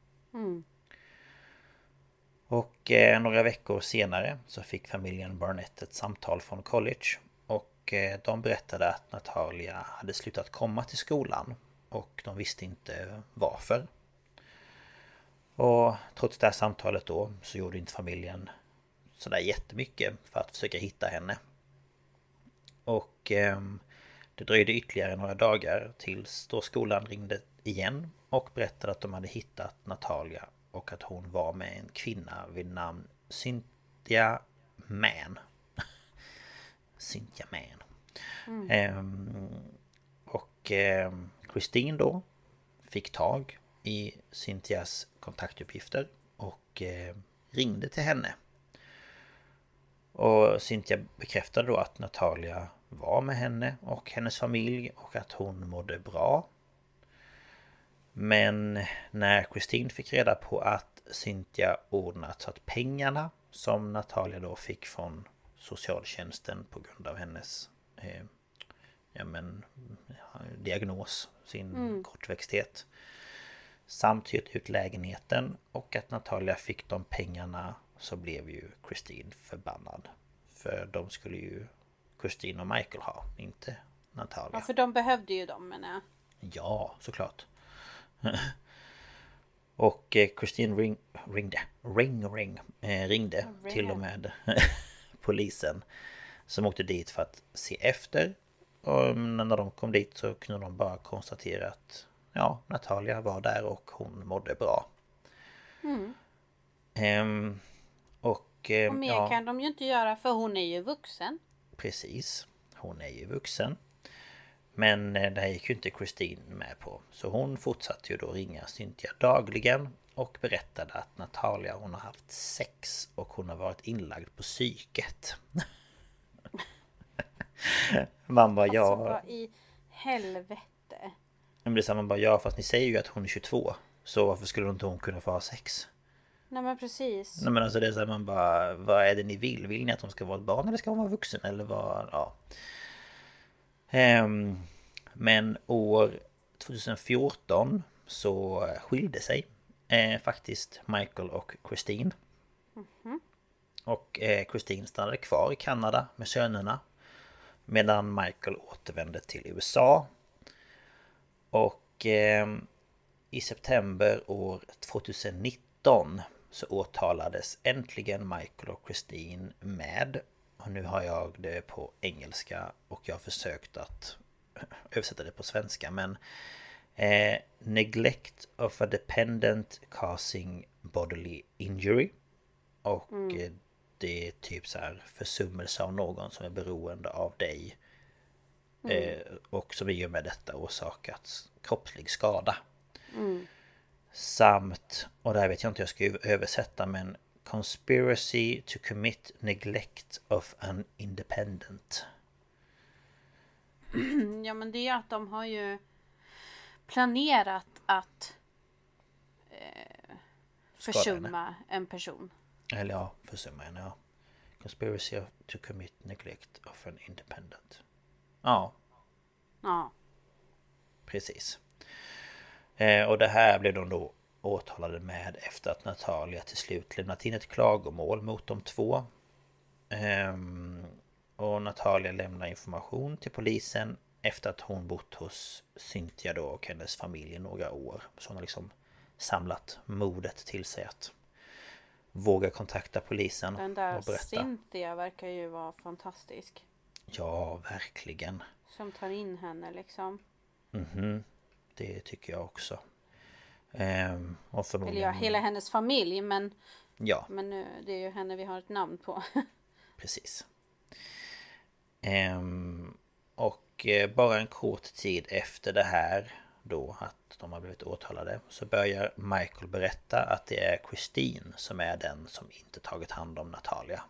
Och några veckor senare så fick familjen Barnett ett samtal från college. Och de berättade att Natalia hade slutat komma till skolan. Och de visste inte varför. Och trots det här samtalet då så gjorde inte familjen sådär jättemycket för att försöka hitta henne. Och det dröjde ytterligare några dagar tills då skolan ringde igen och berättade att de hade hittat Natalia och att hon var med en kvinna vid namn Cynthia Mann. Cynthia Mann. Och Christine då fick tag i Cynthias kontaktuppgifter och ringde till henne. Och Cynthia bekräftade då att Natalia var med henne och hennes familj och att hon mådde bra. Men när Christine fick reda på att Cynthia ordnat så att pengarna som Natalia då fick från socialtjänsten på grund av hennes diagnos, sin kortväxthet, samt hyrt ut lägenheten och att Natalia fick de pengarna, så blev ju Christine förbannad. För de skulle ju Christine och Michael ha, inte Natalia. Ja, för de behövde ju dem, menar jag. Ja, såklart. Och Christine ringde till och med polisen som åkte dit för att se efter. Och när de kom dit så kunde de bara konstatera att ja, Natalia var där och hon mådde bra. Och mer kan de ju inte göra, för hon är ju vuxen. Precis, hon är ju vuxen. Men det här gick ju inte Christine med på. Så hon fortsatte ju då ringa Cynthia dagligen och berättade att Natalia, hon har haft sex och hon har varit inlagd på psyket. Man bara, ja. Alltså, vad i helvete. Men det är så man bara, ja, fast ni säger ju att hon är 22. Så varför skulle inte hon kunna få ha sex? Nej, men precis. Nej, men alltså det är så här, man bara, vad är det ni vill? Vill ni att hon ska vara ett barn eller ska hon vara vuxen? Eller vad, ja. Men år 2014 så skilde sig faktiskt Michael och Christine. Och Christine stannade kvar i Kanada med sönerna, medan Michael återvände till USA. Och i september år 2019 så åtalades äntligen Michael och Christine med, och nu har jag det på engelska och jag har försökt att översätta det på svenska, men neglect of a dependent causing bodily injury, och det är typ så här försummelse av någon som är beroende av dig och som i och med detta orsakat kroppslig skada. Samt, och det här vet jag inte hur jag ska översätta, men conspiracy to commit neglect of an independent. Ja, men det är att de har ju planerat att försumma en person. Eller ja, försumma en, ja. Conspiracy to commit neglect of an independent. Ja. Ja. Precis. Och det här blev de då åtalade med efter att Natalia till slut lämnat in ett klagomål mot de två. Och Natalia lämnar information till polisen efter att hon bott hos Cynthia då och hennes familj i några år. Så hon har liksom samlat modet till sig att våga kontakta polisen. Den där och berätta. Cynthia verkar ju vara fantastisk. Ja, verkligen. Som tar in henne liksom. Det tycker jag också. Och förmodligen... Eller ja, hela hennes familj, men... Ja. Men det är ju henne vi har ett namn på. Precis. Och bara en kort tid efter det här då att de har blivit åtalade så börjar Michael berätta att det är Christine som är den som inte tagit hand om Natalia.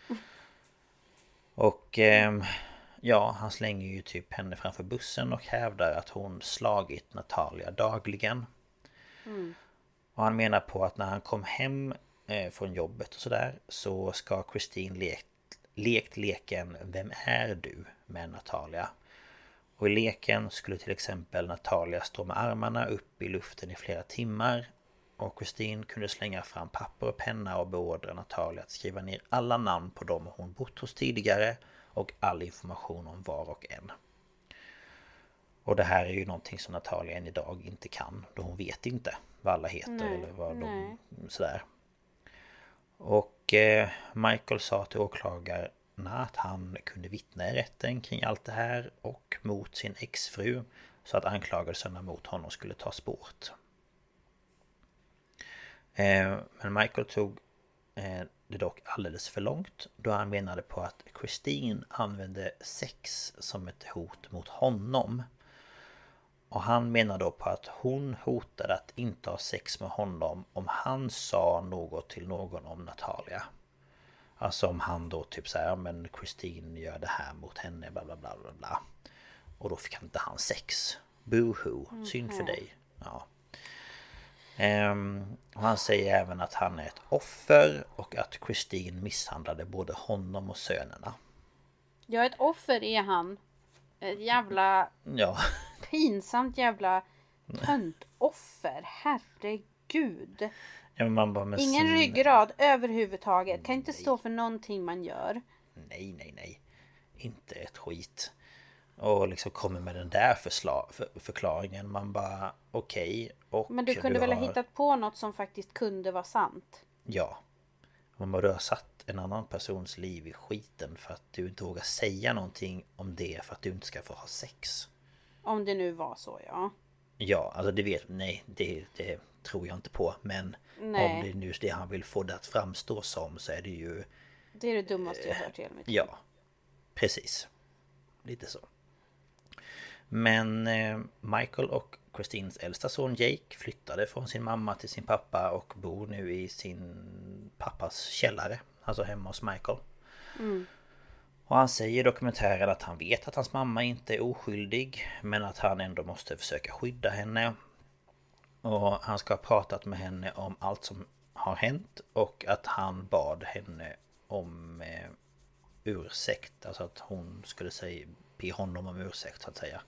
Och ja, han slänger ju typ henne framför bussen och hävdar att hon slagit Natalia dagligen. Och han menar på att när han kom hem från jobbet och sådär så ska Christine lekt leken Vem är du? Med Natalia. Och i leken skulle till exempel Natalia stå med armarna upp i luften i flera timmar. Och Christine kunde slänga fram papper och penna och beordra Natalia att skriva ner alla namn på dem hon bott hos tidigare och all information om var och en. Och det här är ju någonting som Natalia än idag inte kan, då hon vet inte vad alla heter eller vad de sådär. Och Michael sa till åklagarna att han kunde vittna i rätten kring allt det här och mot sin exfru så att anklagelserna mot honom skulle tas bort. Men Michael tog det dock alldeles för långt då han menade på att Christine använde sex som ett hot mot honom. Och han menar då på att hon hotade att inte ha sex med honom om han sa något till någon om Natalia. Alltså om han då typ säger men Christine gör det här mot henne bla bla bla bla bla. Och då fick han inte han sex. Boohoo, synd för dig. Ja. Och han säger även att han är ett offer och att Christine misshandlade både honom och sönerna. Ja, ett offer är han. Ett jävla pinsamt jävla töntoffer. Herregud. Ja, man bara, ingen ryggrad överhuvudtaget. Kan inte stå för någonting man gör. Nej. Inte ett skit. Och liksom kommer med den där förklaringen. Man bara okej. Men du kunde väl ha hittat på något som faktiskt kunde vara sant. Ja. Man bara, du har satt en annan persons liv i skiten för att du inte vågar säga någonting om det för att du inte ska få ha sex. Om det nu var så, ja. Ja, alltså det tror jag inte på. Men om det är nu det han vill få det att framstå som så är det ju... Det är det dummaste jag hört i hela mitt liv. Ja, precis. Lite så. Men Michael och Christines äldsta son Jake flyttade från sin mamma till sin pappa och bor nu i sin pappas källare. Alltså hemma hos Michael. Och han säger i dokumentären att han vet att hans mamma inte är oskyldig. Men att han ändå måste försöka skydda henne. Och han ska ha pratat med henne om allt som har hänt. Och att han bad henne om ursäkt. Alltså att hon skulle be honom om ursäkt så att säga.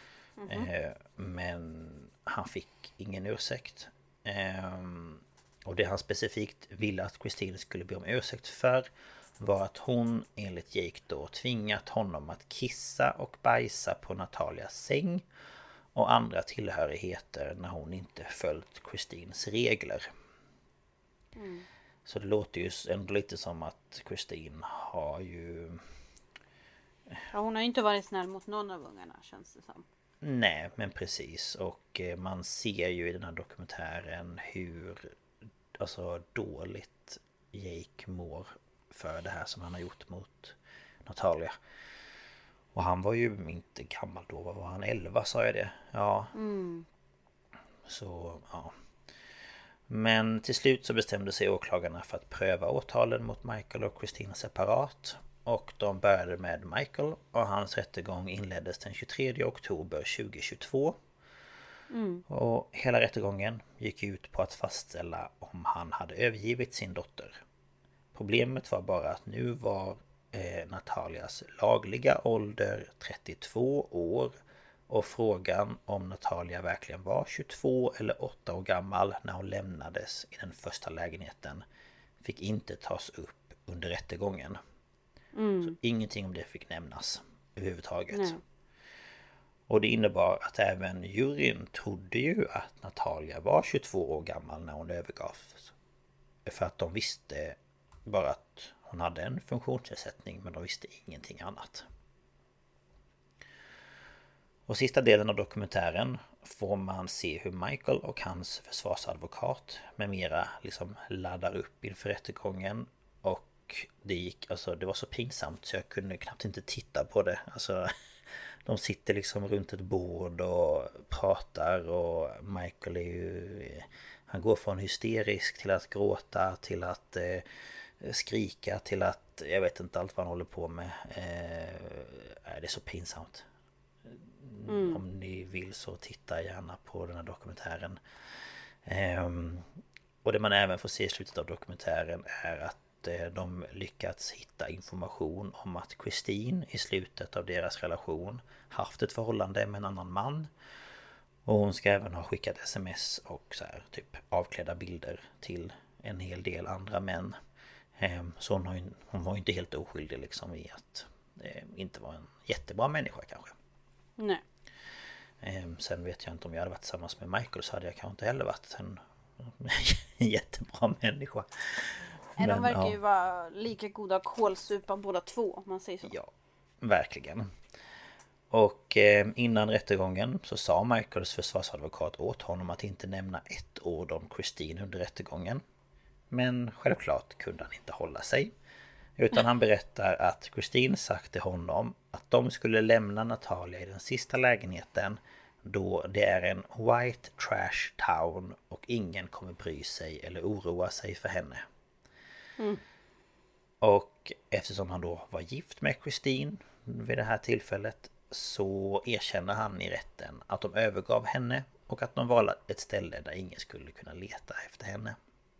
Men han fick ingen ursäkt. Och det han specifikt ville att Christine skulle be om ursäkt för var att hon enligt Jake då tvingat honom att kissa och bajsa på Natalias säng. och andra tillhörigheter när hon inte följt Christines regler. Så det låter ju ändå lite som att Christine har ju... Ja, hon har ju inte varit snäll mot någon av ungarna, känns det som. Nej, men precis. Och man ser ju i den här dokumentären hur dåligt Jake mår för det här som han har gjort mot Natalia. Och han var ju inte gammal då, vad var han? 11, sa jag det? Ja. Så, ja. Men till slut så bestämde sig åklagarna för att pröva åtalen mot Michael och Christine separat. Och de började med Michael och hans rättegång inleddes den 23 oktober 2022. Och hela rättegången gick ut på att fastställa om han hade övergivit sin dotter. Problemet var bara att nu var Natalias lagliga ålder 32 år. Och frågan om Natalia verkligen var 22 eller 8 år gammal när hon lämnades i den första lägenheten fick inte tas upp under rättegången. Så ingenting om det fick nämnas överhuvudtaget. Nej. Och det innebar att även juryn trodde ju att Natalia var 22 år gammal när hon övergavs. För att de visste bara att hon hade en funktionsnedsättning, men de visste ingenting annat. Och sista delen av dokumentären får man se hur Michael och hans försvarsadvokat med mera liksom laddar upp inför rättegången. Och det var så pinsamt så jag kunde knappt inte titta på det. Alltså, de sitter liksom runt ett bord och pratar och Michael är ju... Han går från hysterisk till att gråta till att skrika till att... Jag vet inte allt vad han håller på med. Det är så pinsamt. Om ni vill så titta gärna på den här dokumentären. Och det man även får se i slutet av dokumentären är att de lyckats hitta information om att Christine i slutet av deras relation haft ett förhållande med en annan man. Och hon ska även ha skickat sms och så här, typ avklädda bilder till en hel del andra män. Så hon var ju inte helt oskyldig liksom i att inte vara en jättebra människa kanske. Nej. Sen vet jag inte om jag hade varit tillsammans med Michael så hade jag kanske inte heller varit en jättebra människa. Men, de verkar ju vara lika goda kålsupa båda två, om man säger så. Ja, verkligen. Och innan rättegången så sa Michaels försvarsadvokat åt honom att inte nämna ett ord om Christine under rättegången. Men självklart kunde han inte hålla sig. Utan han berättar att Christine sagt till honom att de skulle lämna Natalia i den sista lägenheten då det är en white trash town och ingen kommer bry sig eller oroa sig för henne. Och eftersom han då var gift med Christine vid det här tillfället så erkänner han i rätten att de övergav henne och att de valde ett ställe där ingen skulle kunna leta efter henne.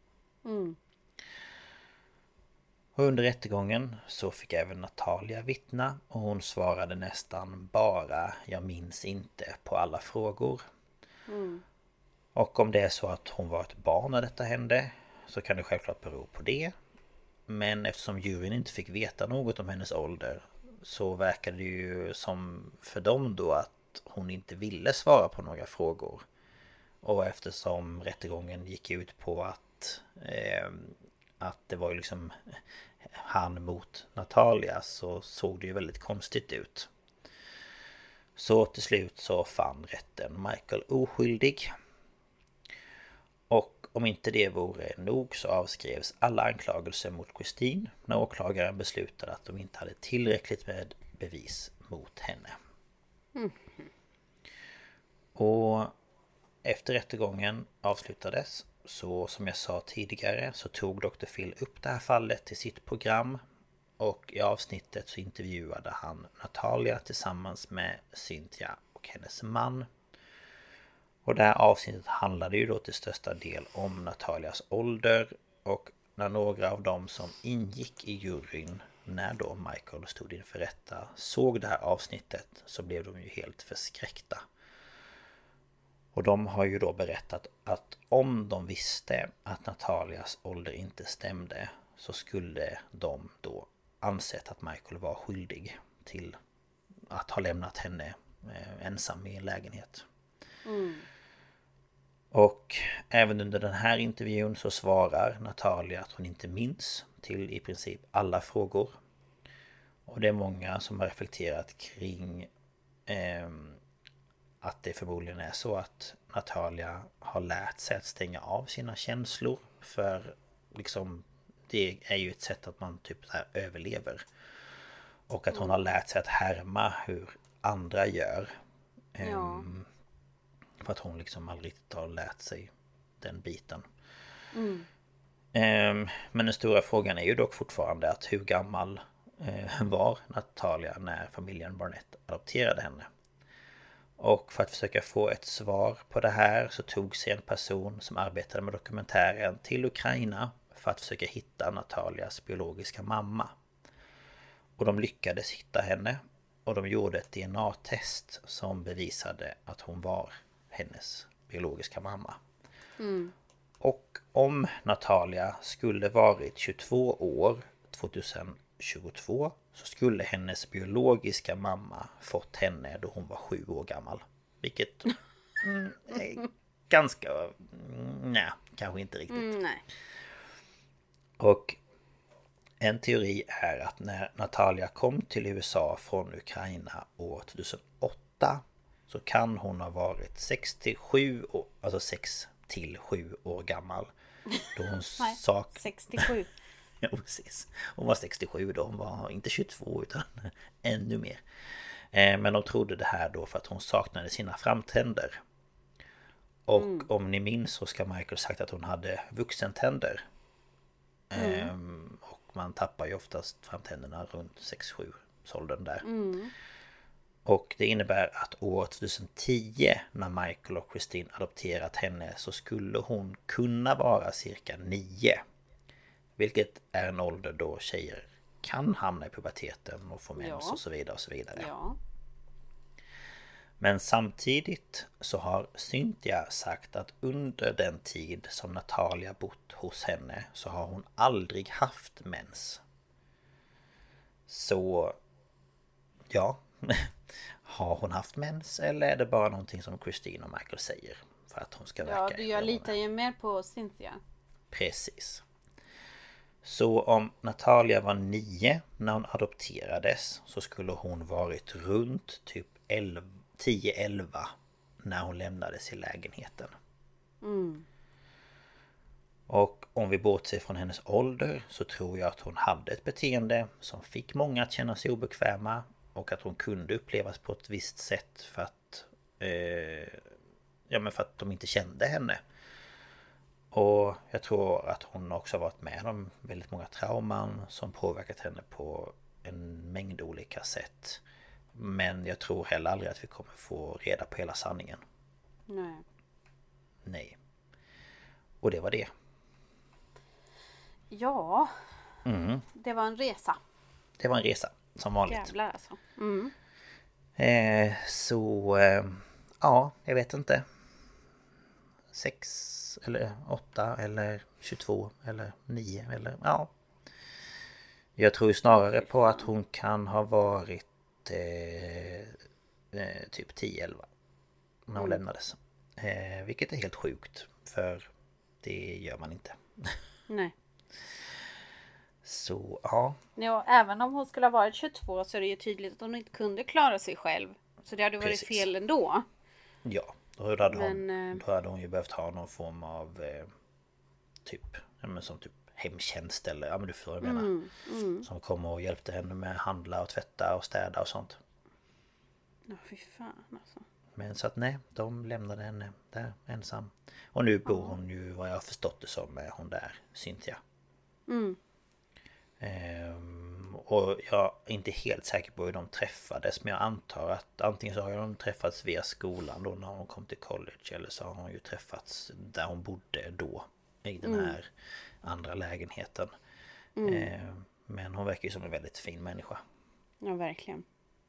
Och under rättegången så fick även Natalia vittna och hon svarade nästan bara jag minns inte på alla frågor. Och om det är så att hon var ett barn när detta hände så kan det självklart bero på det. Men eftersom juryn inte fick veta något om hennes ålder så verkade det ju som för dem då att hon inte ville svara på några frågor. Och eftersom rättegången gick ut på att det var ju liksom han mot Natalia så såg det ju väldigt konstigt ut. Så till slut så fann rätten Michael oskyldig. Och om inte det vore nog så avskrevs alla anklagelser mot Christine när åklagaren beslutade att de inte hade tillräckligt med bevis mot henne. Och efter rättegången avslutades så som jag sa tidigare så tog Dr. Phil upp det här fallet till sitt program och i avsnittet så intervjuade han Natalia tillsammans med Cynthia och hennes man. Och det här avsnittet handlade ju då till största del om Natalias ålder och när några av dem som ingick i juryn när då Michael stod inför rätta såg det här avsnittet så blev de ju helt förskräckta. Och de har ju då berättat att om de visste att Natalias ålder inte stämde så skulle de då ansett att Michael var skyldig till att ha lämnat henne ensam i en lägenhet. Och även under den här intervjun så svarar Natalia att hon inte minns till i princip alla frågor. Och det är många som har reflekterat kring att det förmodligen är så att Natalia har lärt sig att stänga av sina känslor. För liksom det är ju ett sätt att man typ så här överlever. Och att hon har lärt sig att härma hur andra gör. För att hon liksom aldrig riktigt har lärt sig den biten. Men den stora frågan är ju dock fortfarande att hur gammal var Natalia när familjen Barnett adopterade henne. Och för att försöka få ett svar på det här så tog sig en person som arbetade med dokumentären till Ukraina för att försöka hitta Natalias biologiska mamma. Och de lyckades hitta henne och de gjorde ett DNA-test som bevisade att hon var hennes biologiska mamma. Och om Natalia skulle varit 22 år 2022 så skulle hennes biologiska mamma fått henne då hon var 7 år gammal. Vilket är ganska... Nej, kanske inte riktigt. Nej. Och en teori är att när Natalia kom till USA från Ukraina år 2008 så kan hon ha varit 67 år, alltså 6 till 7 år gammal. Då hon 67. Ja, precis. Hon var 67 då. Hon var inte 22 utan ännu mer. Men de trodde det här då för att hon saknade sina framtänder. Och om ni minns så ska Michael sagt att hon hade vuxentänder. Och man tappar ju oftast framtänderna runt 6-7 åldern där. Och det innebär att år 2010 när Michael och Christine adopterat henne så skulle hon kunna vara cirka 9. Vilket är en ålder då tjejer kan hamna i puberteten och få mens och så vidare och så vidare. Ja. Men samtidigt så har Cynthia sagt att under den tid som Natalia bott hos henne så har hon aldrig haft mens. Så ja, har hon haft mens eller är det bara någonting som Christine och Michael säger för att hon ska verka? Ja, jag litar ju mer på Cynthia. Precis. Så om Natalia var 9 när hon adopterades så skulle hon varit runt typ 10-11 när hon lämnades i lägenheten. Och om vi bortser från hennes ålder så tror jag att hon hade ett beteende som fick många att känna sig obekväma och att hon kunde upplevas på ett visst sätt för att för att de inte kände henne. Och jag tror att hon också har varit med om väldigt många trauman som påverkat henne på en mängd olika sätt. Men jag tror heller aldrig att vi kommer få reda på hela sanningen. Nej. Och det var det. Ja. Det var en resa. Det var en resa, som vanligt. Jävlar alltså. Ja, jag vet inte. 6 eller 8 eller 22 eller 9 eller ja. Jag tror snarare på att hon kan ha varit typ 10-11 när hon lämnades. Vilket är helt sjukt för det gör man inte. Nej. Så ja. Ja, även om hon skulle ha varit 22 så är det ju tydligt att hon inte kunde klara sig själv. Så det hade varit fel ändå. Ja, då hade hon ju behövt ha någon form av som typ hemtjänst eller du förstår vad jag menar. Som kommer och hjälpte henne med handla och tvätta och städa och sånt. Ja, fy fan alltså. Men så att nej, de lämnade henne där ensam. Och nu bor hon ju, vad jag har förstått det som, är hon där, Cynthia. Och jag är inte helt säker på hur de träffades, men jag antar att antingen så har de träffats via skolan då när hon kom till college, eller så har hon ju träffats där hon bodde då i den här andra lägenheten. Men hon verkar ju som en väldigt fin människa. Ja, verkligen.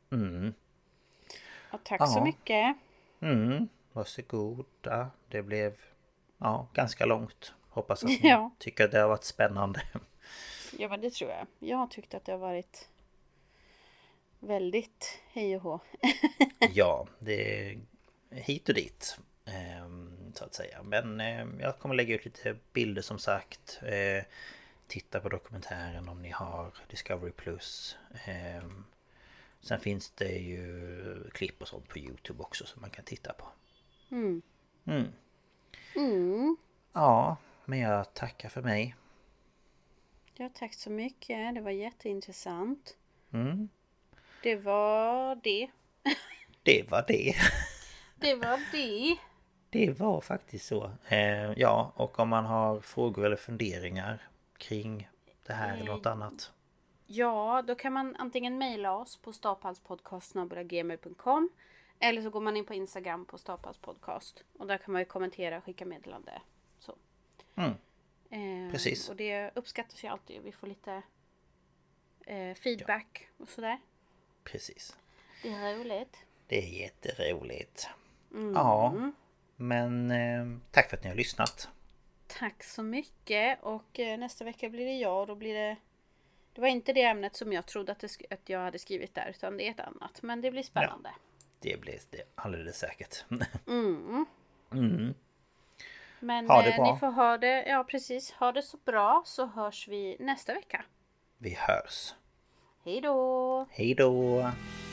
Och tack så mycket. Varsågoda. Det blev ganska långt. Hoppas att ni tycker att det har varit spännande. Ja, men det tror jag. Jag tyckte att det har varit väldigt hej och hå. Ja, det hit och dit. Så att säga. Men jag kommer lägga ut lite bilder som sagt. Titta på dokumentären om ni har Discovery Plus. Sen finns det ju klipp och sånt på YouTube också som man kan titta på. Ja, men jag tackar för mig. Ja, tack så mycket. Det var jätteintressant. Det var det. Det var det. Det var det. Det var faktiskt så. Ja, och om man har frågor eller funderingar kring det här eller något annat. Ja, då kan man antingen mejla oss på staphalspodcast@gmail.com eller så går man in på Instagram på staphalspodcast. Och där kan man ju kommentera och skicka meddelande. Så. Precis. Och det uppskattas ju alltid. Vi får lite feedback och sådär. Precis. Det är roligt. Det är jätteroligt. Ja, men tack för att ni har lyssnat. Tack så mycket. Och nästa vecka blir det jag. Och då blir det... Det var inte det ämnet som jag trodde att jag hade skrivit där. Utan det är ett annat. Men det blir spännande. Ja, det blir det alldeles säkert. Men ha det bra. Ni får ha det. Ja, precis. Ha det så bra. Så hörs vi nästa vecka. Vi hörs. Hej då. Hej då.